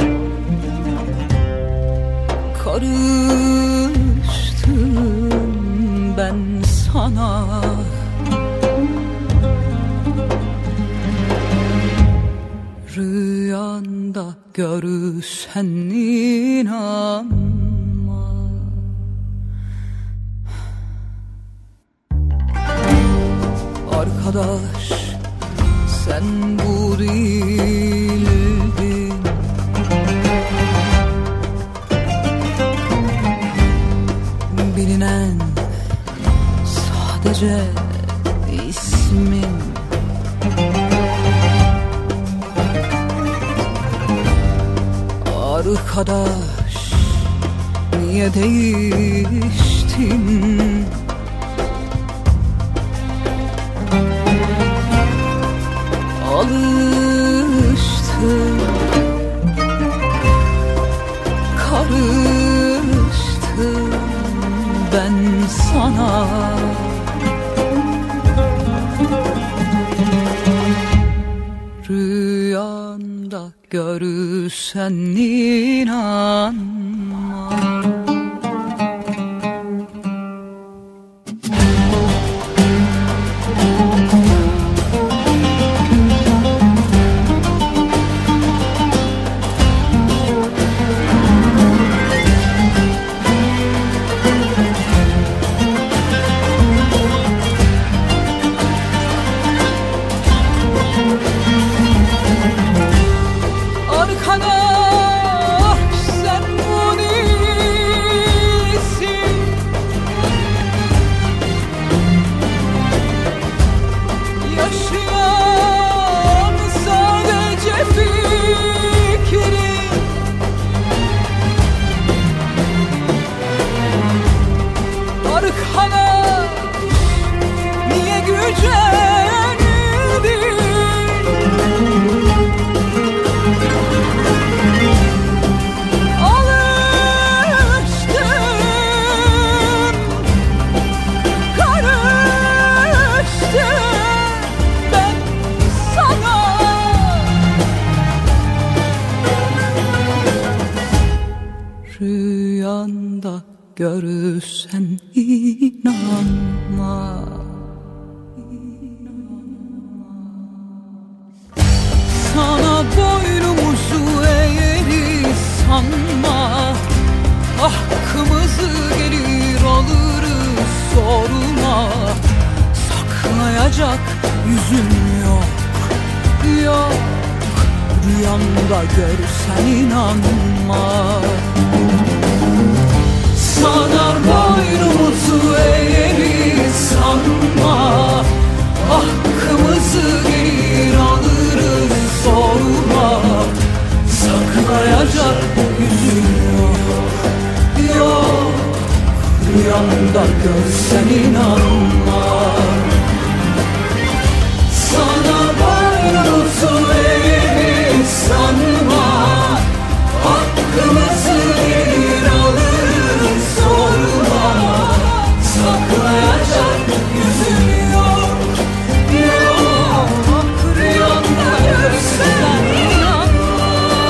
karıştım ben sana. Rüyanda görürsen inanma. Arkadaş, sen bu değildin. Bilinen sadece ismin. Arkadaş, niye değiştin? Alıştım, karıştım ben sana. Rüyanda görürsen inanma. Görürsen inanma. Sana boynumuzu eğeriz sanma. Hakkımızı gelir alırız sorma. Saklayacak yüzün yok, yok. Rüyamda görsen inanma. Sana boynumuzu eğeriz sanma. Hakkımızı gelir alırız sorma. Saklayacak yüzün yok, yok. Rüyamda görsen inanma. Sana boynumuzu eğeriz sanma. Hakkımızı gelir alırız sorma. Saklayacak yüzün yok, yok. Rüyamda görsen inanma.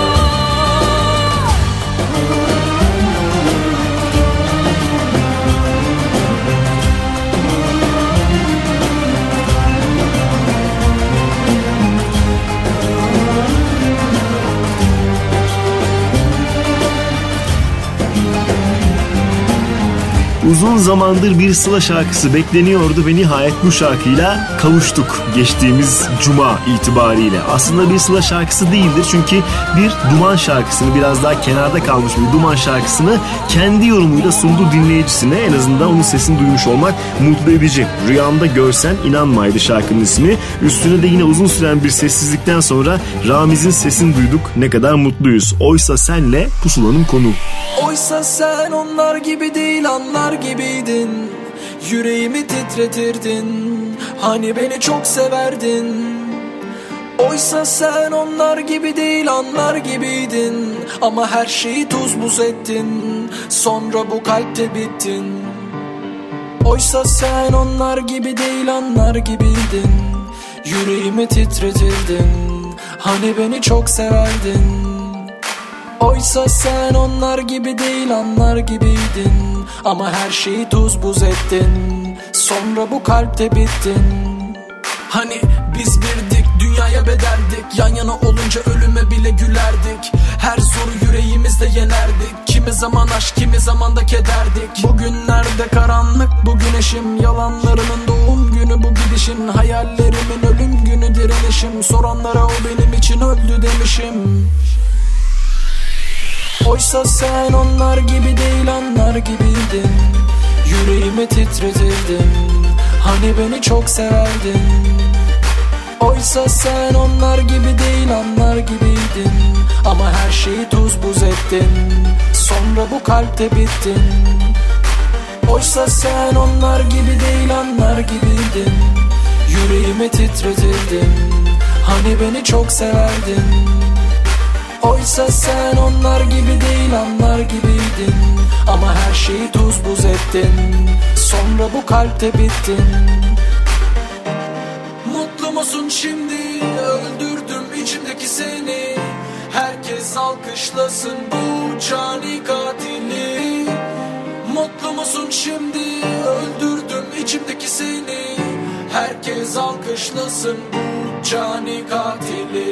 Uzun zamandır bir Sıla şarkısı bekleniyordu ve nihayet bu şarkıyla kavuştuk geçtiğimiz cuma itibariyle. Aslında bir Sıla şarkısı değildir çünkü bir Duman şarkısını, biraz daha kenarda kalmış bir Duman şarkısını kendi yorumuyla sundu dinleyicisine. En azından onun sesini duymuş olmak mutlu edici. Rüyamda görsen inanmaydı şarkının ismi. Üstüne de yine uzun süren bir sessizlikten sonra Ramiz'in sesini duyduk. Ne kadar mutluyuz. Oysa senle Pusula'nın konu. Oysa sen onlar gibi değil, anlar gibiydin. Yüreğimi titretirdin, hani beni çok severdin. Oysa sen onlar gibi değil, anlar gibiydin. Ama her şeyi tuz buz ettin, sonra bu kalpte bittin. Oysa sen onlar gibi değil, anlar gibiydin. Yüreğimi titretirdin, hani beni çok severdin. Oysa sen onlar gibi değil, anlar gibiydin. Ama her şeyi tuz buz ettin, sonra bu kalpte bittin. Hani biz birdik, dünyaya bedeldik. Yan yana olunca ölüme bile gülerdik. Her zoru yüreğimizde yenerdik. Kimi zaman aşk, kimi zaman da kederdik. Bugünlerde karanlık bu güneşim. Yalanlarının doğum günü bu gidişin. Hayallerimin ölüm günü direnişim. Soranlara o benim için öldü demişim. Oysa sen onlar gibi değil, anlar gibiydin. Yüreğimi titretirdin, hani beni çok severdin. Oysa sen onlar gibi değil, anlar gibiydin. Ama her şeyi tuz buz ettin, sonra bu kalpte bittin. Oysa sen onlar gibi değil, anlar gibiydin. Yüreğimi titretirdin, hani beni çok severdin. Oysa sen onlar gibi değil, anlar gibiydin. Ama her şeyi tuz buz ettin, sonra bu kalpte bittin. Mutlu musun şimdi? Öldürdüm içimdeki seni. Herkes alkışlasın bu cani katili. Mutlu musun şimdi? Öldürdüm içimdeki seni. Herkes alkışlasın bu cani katili.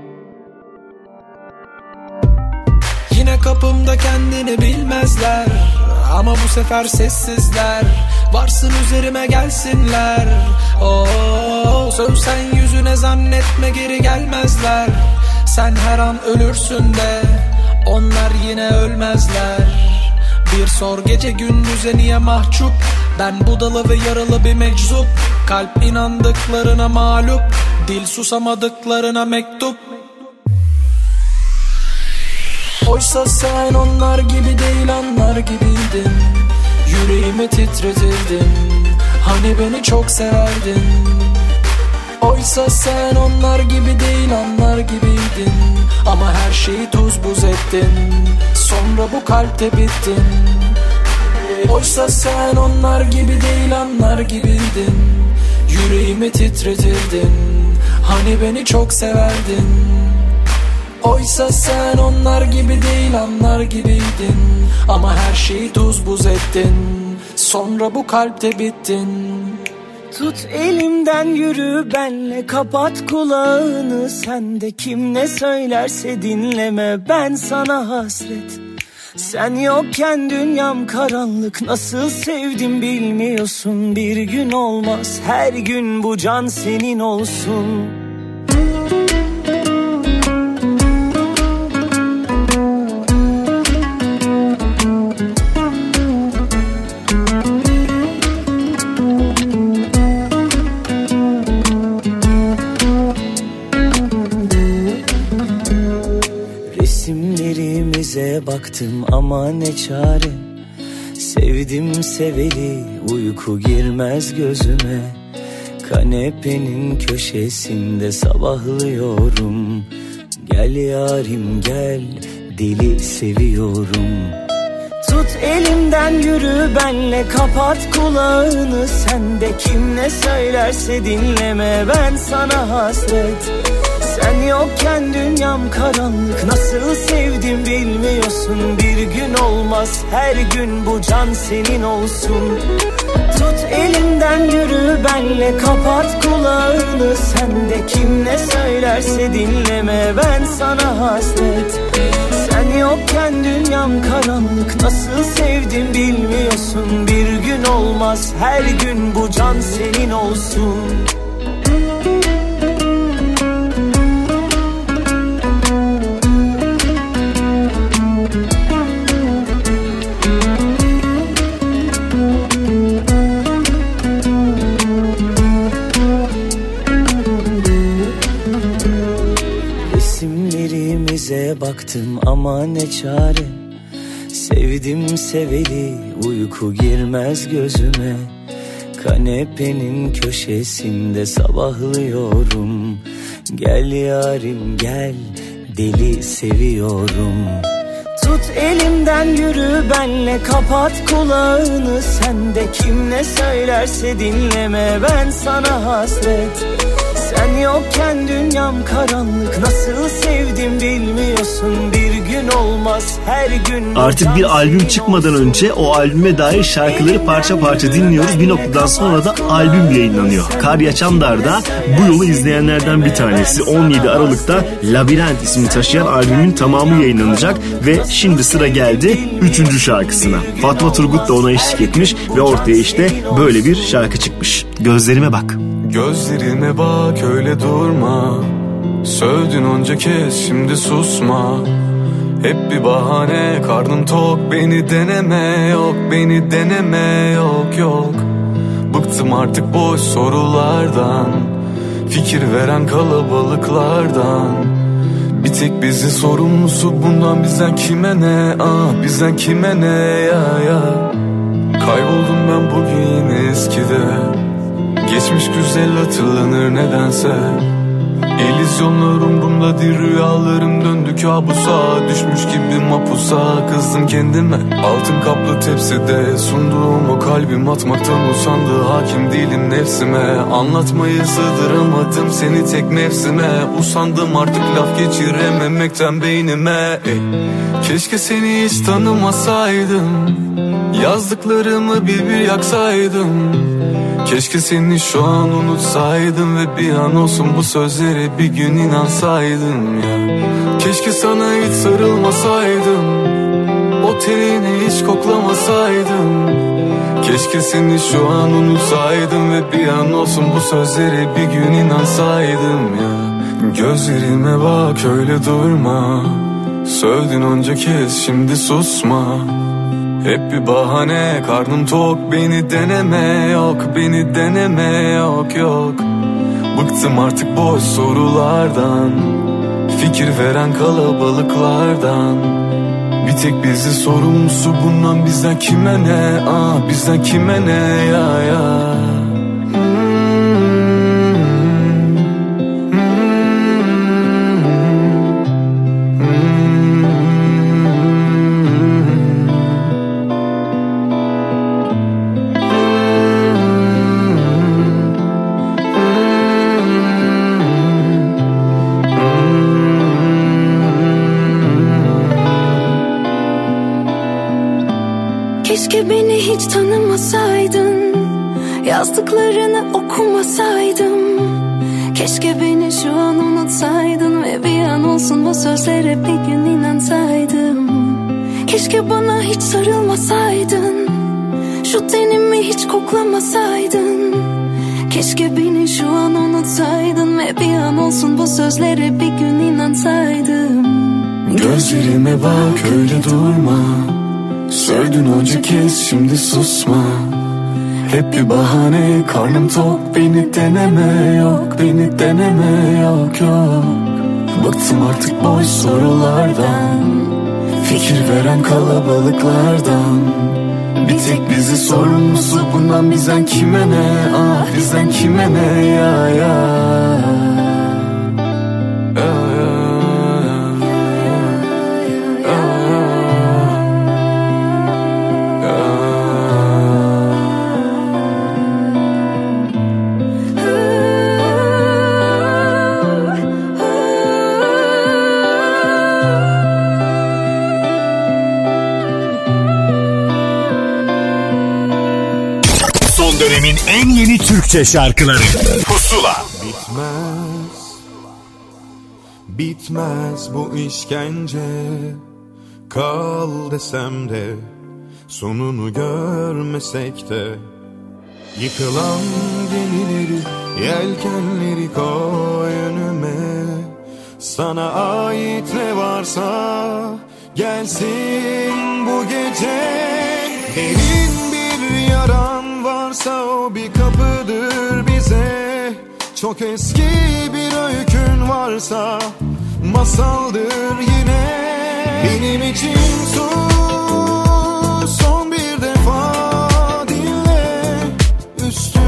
Yine kapımda kendini bilmezler, ama bu sefer sessizler. Varsın üzerime gelsinler. Oh, sövsen yüzüne zannetme geri gelmezler. Sen her an ölürsün de onlar yine ölmezler. Bir sor gece gündüze niye mahcup. Ben budalı ve yaralı bir meczup. Kalp inandıklarına mağlup, dil susamadıklarına mektup. Oysa sen onlar gibi değil, anlar gibiydin. Yüreğimi titretirdin, hani beni çok severdin. Oysa sen onlar gibi değil, anlar gibiydin. Ama her şeyi tuz buz ettin, sonra bu kalpte bittin. Oysa sen onlar gibi değil, anlar gibiydin. Yüreğimi titretirdin, hani beni çok severdin. Oysa sen onlar gibi değil, anlar gibiydin. Ama her şeyi tuz buz ettin, sonra bu kalpte bittin. Tut elimden yürü benle, kapat kulağını. Sen de kim ne söylerse dinleme, ben sana hasret. Sen yokken dünyam karanlık, nasıl sevdim bilmiyorsun. Bir gün olmaz her gün bu can senin olsun. Resimlerimize baktım ama ne çare. Sevdim seveli, uyku girmez gözüme. Kanepenin köşesinde sabahlıyorum. Gel yarim gel, deli seviyorum. Tut elimden yürü benle, kapat kulağını. Sen de kim ne söylerse dinleme, ben sana hasret. Sen yokken dünyam karanlık, nasıl sevdim bilmiyorsun. Bir gün olmaz her gün bu can senin olsun. Tut elimden yürü benle, kapat kulağını. Sen de kim ne söylerse dinleme, ben sana hasret. Sen yokken dünyam karanlık, nasıl sevdim bilmiyorsun. Bir gün olmaz her gün bu can senin olsun. Resimlerimize baktım ama ne çare. Sevdim seveli, uyku girmez gözüme. Kanepenin köşesinde sabahlıyorum. Gel yarim gel, deli seviyorum. Tut elimden yürü benle, kapat kulağını sen de. Kim ne söylerse dinleme, ben sana hasret. Sen yokken dünyam karanlık, nasıl sevdim bilmiyorsun. Bir gün olmaz her gün. Artık bir albüm çıkmadan önce o albüme dair şarkıları parça parça dinliyoruz. Bir noktadan sonra da albüm yayınlanıyor. Karya Çandar da bu yolu izleyenlerden bir tanesi. 17 Aralık'ta Labirent ismini taşıyan albümün tamamı yayınlanacak ve şimdi sıra geldi 3. şarkısına. Fatma Turgut da ona eşlik etmiş ve ortaya işte böyle bir şarkı çıkmış. Gözlerime bak. Gözlerime bak, öyle durma. Sövdün onca kez, şimdi susma. Hep bir bahane, karnım tok, beni deneme. Yok beni deneme, yok yok. Bıktım artık boş sorulardan, fikir veren kalabalıklardan. Bir tek bizi sorumlusu bundan, bizden kime ne? Ah bizden kime ne ya ya. Kayboldum ben bugün eskide. Geçmiş güzel hatırlanır nedense. İllüzyonlar umrumda değil, rüyalarım döndü kabusa. Düşmüş gibi mapusa, kızdım kendime. Altın kaplı tepside sunduğum o kalbim atmaktan usandı. Hakim değilim nefsime, anlatmayı sığdıramadım seni tek mevsime. Usandım artık laf geçirememekten beynime. Keşke seni hiç tanımasaydım, yazdıklarımı bir yaksaydım. Keşke seni şu an unutsaydım ve bir an olsun bu sözlere bir gün inansaydım ya. Keşke sana hiç sarılmasaydım, o tenini hiç koklamasaydım. Keşke seni şu an unutsaydım ve bir an olsun bu sözlere bir gün inansaydım ya. Gözlerime bak, öyle durma. Sövdün onca kez, şimdi susma. Hep bir bahane, karnım tok, beni deneme. Yok beni deneme, yok yok. Bıktım artık boş sorulardan, fikir veren kalabalıklardan. Bir tek bizi sorumlusu bundan, bizden kime ne? Ah bizden kime ne ya ya. Keşke beni hiç tanımasaydın, yazdıklarını okumasaydım. Keşke beni şu an unutsaydın ve bir an olsun bu sözlere bir gün inansaydım. Keşke bana hiç sarılmasaydın, şu tenimi hiç koklamasaydın. Keşke beni şu an unutsaydın ve bir an olsun bu sözlere bir gün inansaydım. Gözlerime bak, öyle durma. Sövdün onca kez, şimdi susma. Hep bir bahane, karnım tok, beni deneme. Yok beni deneme, yok yok. Bıktım artık boş sorulardan, fikir veren kalabalıklardan. Bir tek bizi sorumlusu bundan, bizden kime ne? Ah bizden kime ne ya ya. Dönemin en yeni Türkçe şarkıları Pusula. Bitmez bu işkence, kal desem de sonunu görmesek de. Yıkılan gemileri, yelkenleri koy önüme. Sana ait ne varsa gelsin bu gece. Derin bir yaran varsa o bir kapıdır bize. Çok eski bir öykün varsa masaldır yine. Benim için sus, son bir defa dinle. Üstüne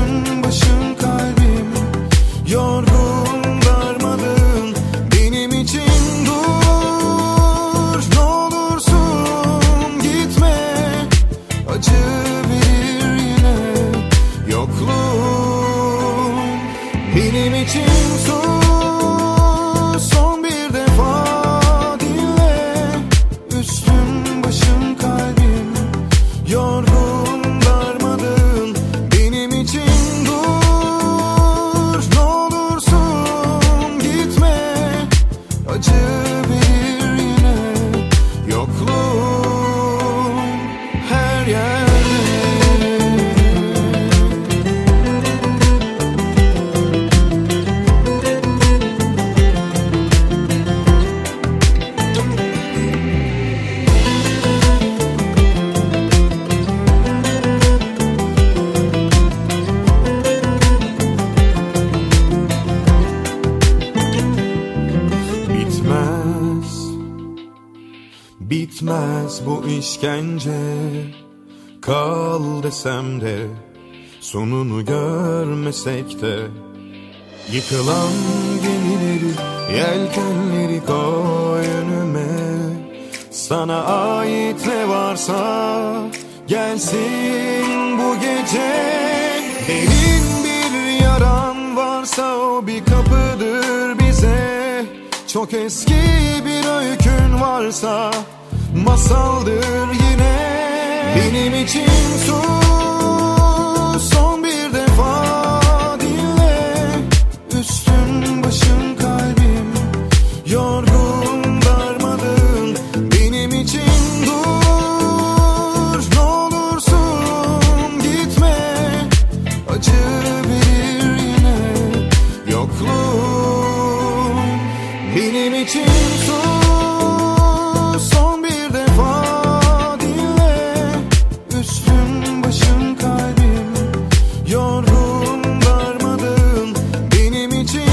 bitmez bu işkence. Kal desem de sonunu görmesek de. Yıkılan gemileri, yelkenleri koy önüme. Sana ait ne varsa gelsin bu gece. Derin bir yaran varsa o bir kapıdır bize. Çok eski bir öykün varsa masaldır yine. Benim için sus, son bir defa dinle. Üstün başın kalbim yorgun darmadağın. Benim için dur, ne olursun gitme. Acı verir yine yokluğun. Benim için sus, son bir defa dinle. Üstün başın kalbim yorgun darmadağın. Benim için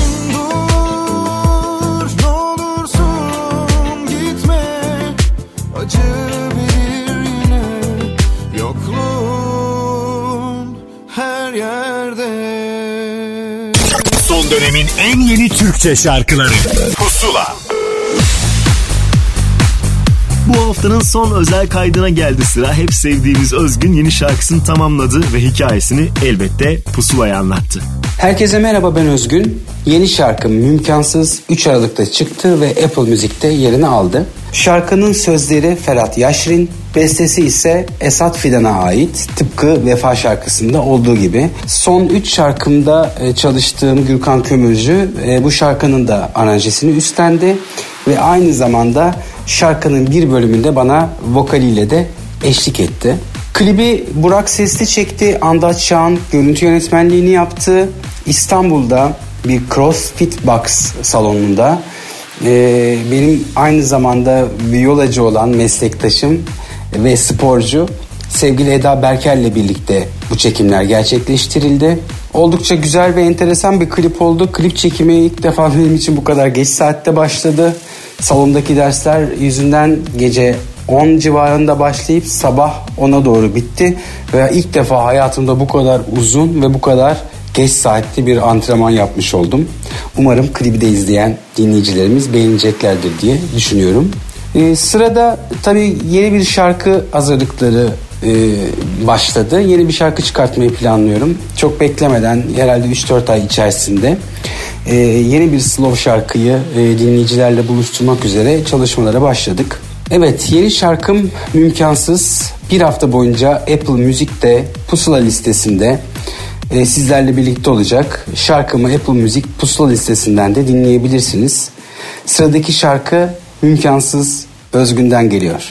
dur, ne olursun gitme. Acı verir yine yokluğun her yerde. Son dönemin en yeni Türkçe şarkıları Pusula. Bu haftanın son özel kaydına geldi sıra. Hep sevdiğimiz Özgün yeni şarkısını tamamladı ve hikayesini elbette Pusula'ya anlattı. Herkese merhaba, ben Özgün. Yeni şarkım Mümkansız 3 Aralık'ta çıktı ve Apple Müzik'te yerini aldı. Şarkının sözleri Ferhat Yaşrin, bestesi ise Esat Fidan'a ait, tıpkı Vefa şarkısında olduğu gibi. Son 3 şarkımda çalıştığım Gürkan Kömürcü bu şarkının da aranjesini üstlendi ve aynı zamanda şarkının bir bölümünde bana vokaliyle de eşlik etti. Klibi Burak Sesli çekti, Andaç Çağan görüntü yönetmenliğini yaptı. İstanbul'da bir CrossFit Box salonunda benim aynı zamanda viyolacı olan meslektaşım ve sporcu sevgili Eda Berker'le birlikte bu çekimler gerçekleştirildi. Oldukça güzel ve enteresan bir klip oldu. Klip çekimi ilk defa benim için bu kadar geç saatte başladı. Salondaki dersler yüzünden gece 10 civarında başlayıp sabah 10'a doğru bitti. Ve ilk defa hayatımda bu kadar uzun ve bu kadar geç saatte bir antrenman yapmış oldum. Umarım klibi de izleyen dinleyicilerimiz beğeneceklerdir diye düşünüyorum. Sırada tabii yeni bir şarkı hazırlıkları başladı. Yeni bir şarkı çıkartmayı planlıyorum. Çok beklemeden herhalde 3-4 ay içerisinde yeni bir slow şarkıyı dinleyicilerle buluşturmak üzere çalışmalara başladık. Evet, yeni şarkım Mümkansız bir hafta boyunca Apple Müzik'te Pusula listesinde sizlerle birlikte olacak. Şarkımı Apple Müzik Pusula listesinden de dinleyebilirsiniz. Sıradaki şarkı Mümkansız Özgün'den geliyor.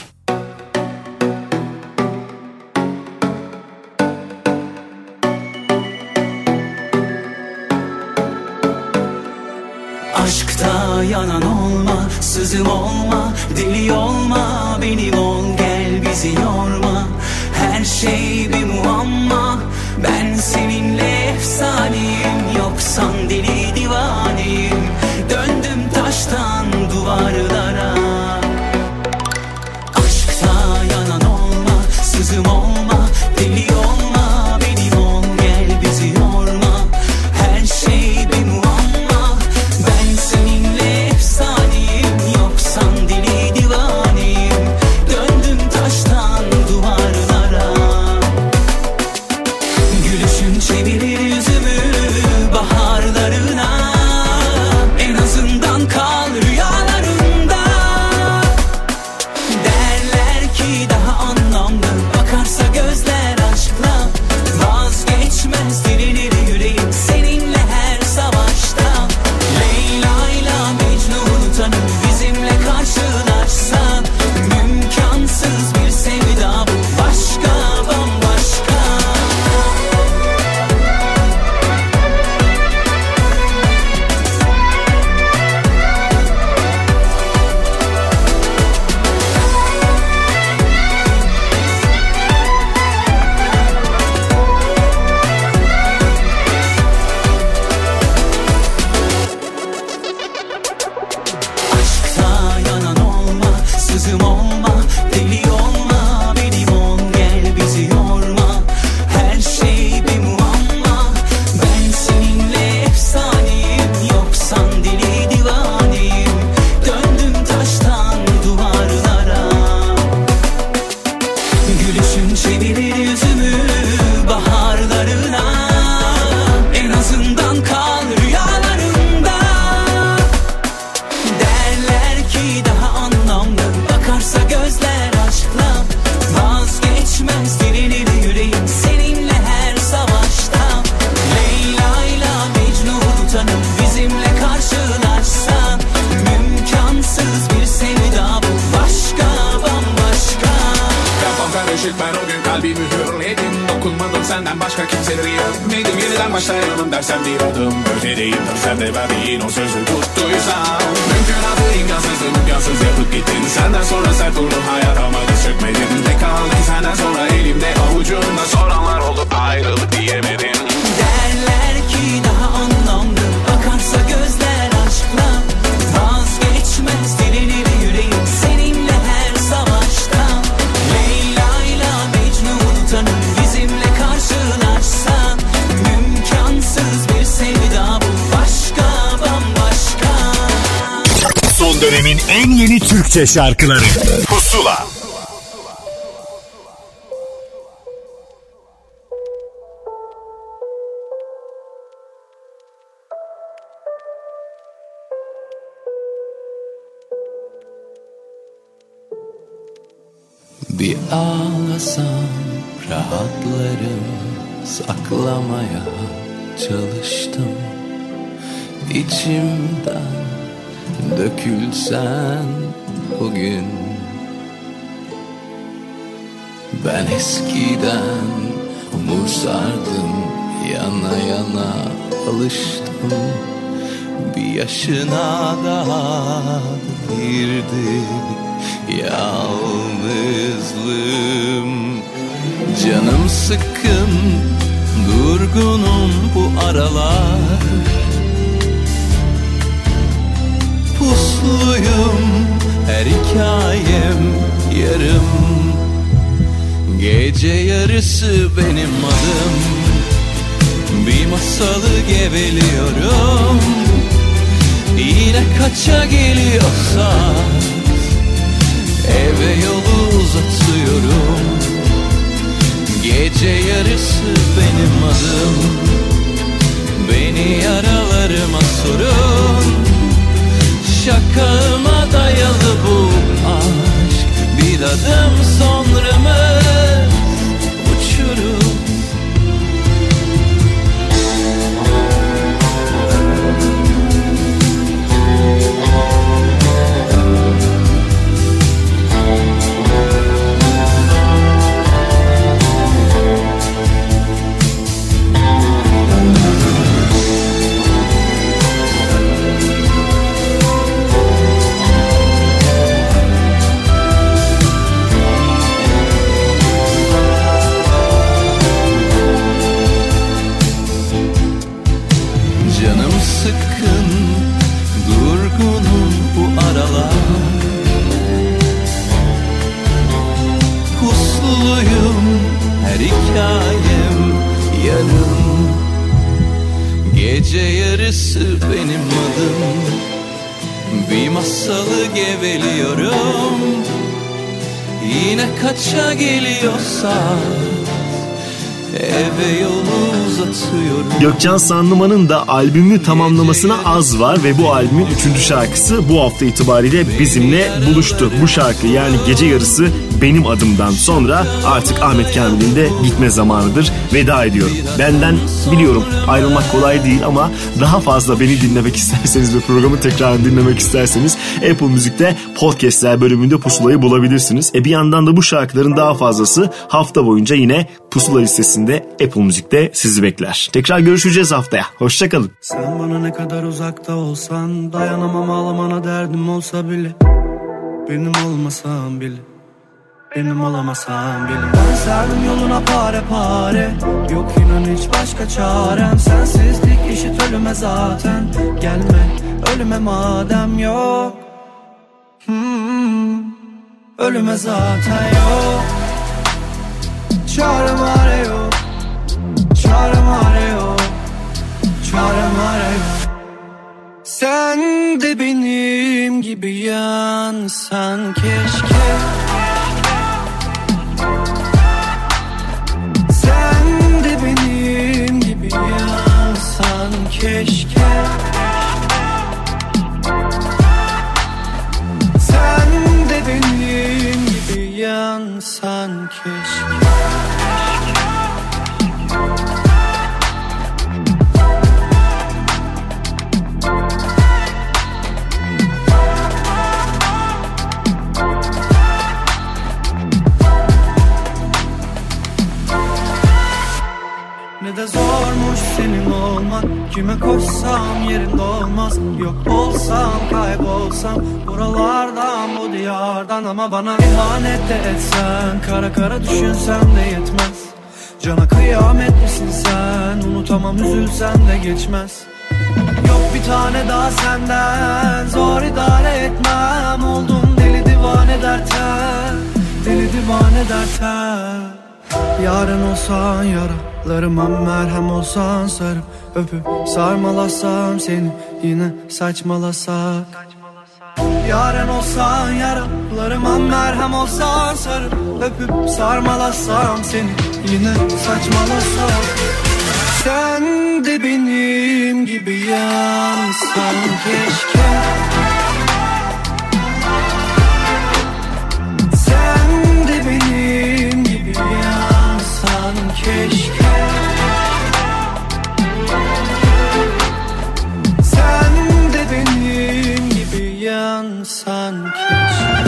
Aşkta yanan olma, sözüm olma, deli olma, benim ol, gel bizi yorma. Her şey bir muamma, ben seninle efsaneyim, yoksan deli divaneyim. Döndüm taştan duvarlara. Aşkta yanan olma, sözüm olma, deli olma, benim ol, gel bizi yorma. Her şey bir muamma, ben seninle efsaneyim, yoksan deli divaneyim. Döndüm taştan duvarlara. Gülüşün çevirir yüzümü, gülüşün çevirir yüzümü baharlarına. En azından kal rüyalarımda. Derler ki daha anlamlı bakarsa gözler aşkla. Vazgeçmez direnir yüreğim seninle her savaşta. Leyla'yla Mecnun'u tanım bizimle karşılaşsa. Mümkansız bir sevda bu, başka bambaşka. Kafam karışık, ben o gün kalbimi mühürledim. Dokunmadım senden başka kimseleri öpmedim. Yeniden başlayalım dersen bir adım ötedeyim. Dönsem de verdiğin o sözü tuttuysam. Mümkünatı imkansızdı, imkansız yapıp gittin. Senden sonra sert vurdu hayat ama diz çökmedin. Ne kaldı senden sonra elimde avucumda. Soranlar oldu ayrılık diyemedim. Derler ki daha anlamlı bakarsa gözler aşkla. Vazgeçmez direnir yüreğim seninle her savaşta. Leyla'yla Mecnun'u tanım bizimle karşılaşsa. Mümkansız bir sevda bu, başka bambaşka. Son dönemin en yeni Türkçe şarkıları Pusula. Bir ağlasam rahatlarım, saklamaya çalıştım. İçimden dökülsen bugün. Ben eskiden umursardım, yana yana alıştım. Bir yaşına daha girdi yalnızlığım. Canım sıkkın, durgunum bu aralar. Pusluyum, her hikayem yarım. Gece yarısı benim adım. Bir masalı geveliyorum. Yine kaça geliyorsa eve yolu uzatıyorum. Gece yarısı benim adım. Beni yaralarıma sorun. Şakağıma dayalı bu aşk. Bir adım sonra mı uçurum? Gece yarısı benim adım. Bir masalı geveliyorum. Yine kaça geliyorsa eve yolu uzatıyorum. Gökçen Sanlıman'ın da albümü tamamlamasına az var ve bu albümün 3. şarkısı bu hafta itibariyle bizimle buluştu. Bu şarkı yani Gece Yarısı Benim Adım'dan sonra artık Ahmet Kamil'in de gitme zamanıdır. Veda ediyorum. Benden biliyorum ayrılmak kolay değil ama daha fazla beni dinlemek isterseniz ve programı tekrar dinlemek isterseniz Apple Müzik'te podcastler bölümünde Pusula'yı bulabilirsiniz. Bir yandan da bu şarkıların daha fazlası hafta boyunca yine Pusula listesinde Apple Müzik'te sizi bekler. Tekrar görüşeceğiz haftaya. Hoşçakalın. Sen bana ne kadar uzakta olsan, dayanamam ağlamana, derdim olsa bile. Benim olmasan bile, benim olamasan bile. Ben serdim yoluna pare pare, yok inan hiç başka çarem. Sensizlik eşit ölüme zaten, gelme ölüme madem yok. Ölüme zaten yok. Çarem are yok, çarem are yok, çarem are yok. Sen de benim gibi yansan keşke. Ne de zormuş senin olmak, kime koşsam yerinde olmaz. Yok olsam kaybolsam buralardan bu diyardan. Ama bana ihanet de etsen, kara kara düşünsem de yetmez. Cana kıyamet misin sen, unutamam üzülsen de geçmez. Yok bir tane daha senden, zor idare etmem. Oldum deli divane derten, deli divane derten. Yarın olsan yaralarıma merhem olsan, sarıp öpüp sarmalasam seni, yine saçmalasak. Yarın olsan yaralarıma merhem olsan, sarıp öpüp sarmalasam seni, yine saçmalasak. Sen de benim gibi yansan keşke. Sen de benim gibi yansan keşke. Sen de benim gibi yansan keşke.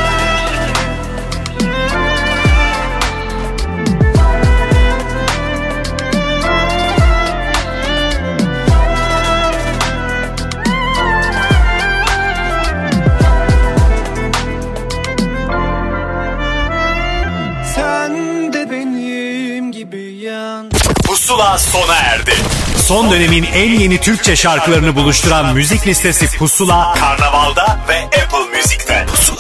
Pusula sona erdi. Son dönemin en yeni Türkçe şarkılarını buluşturan müzik listesi Pusula, Karnaval'da ve Apple Music'te. Pusula.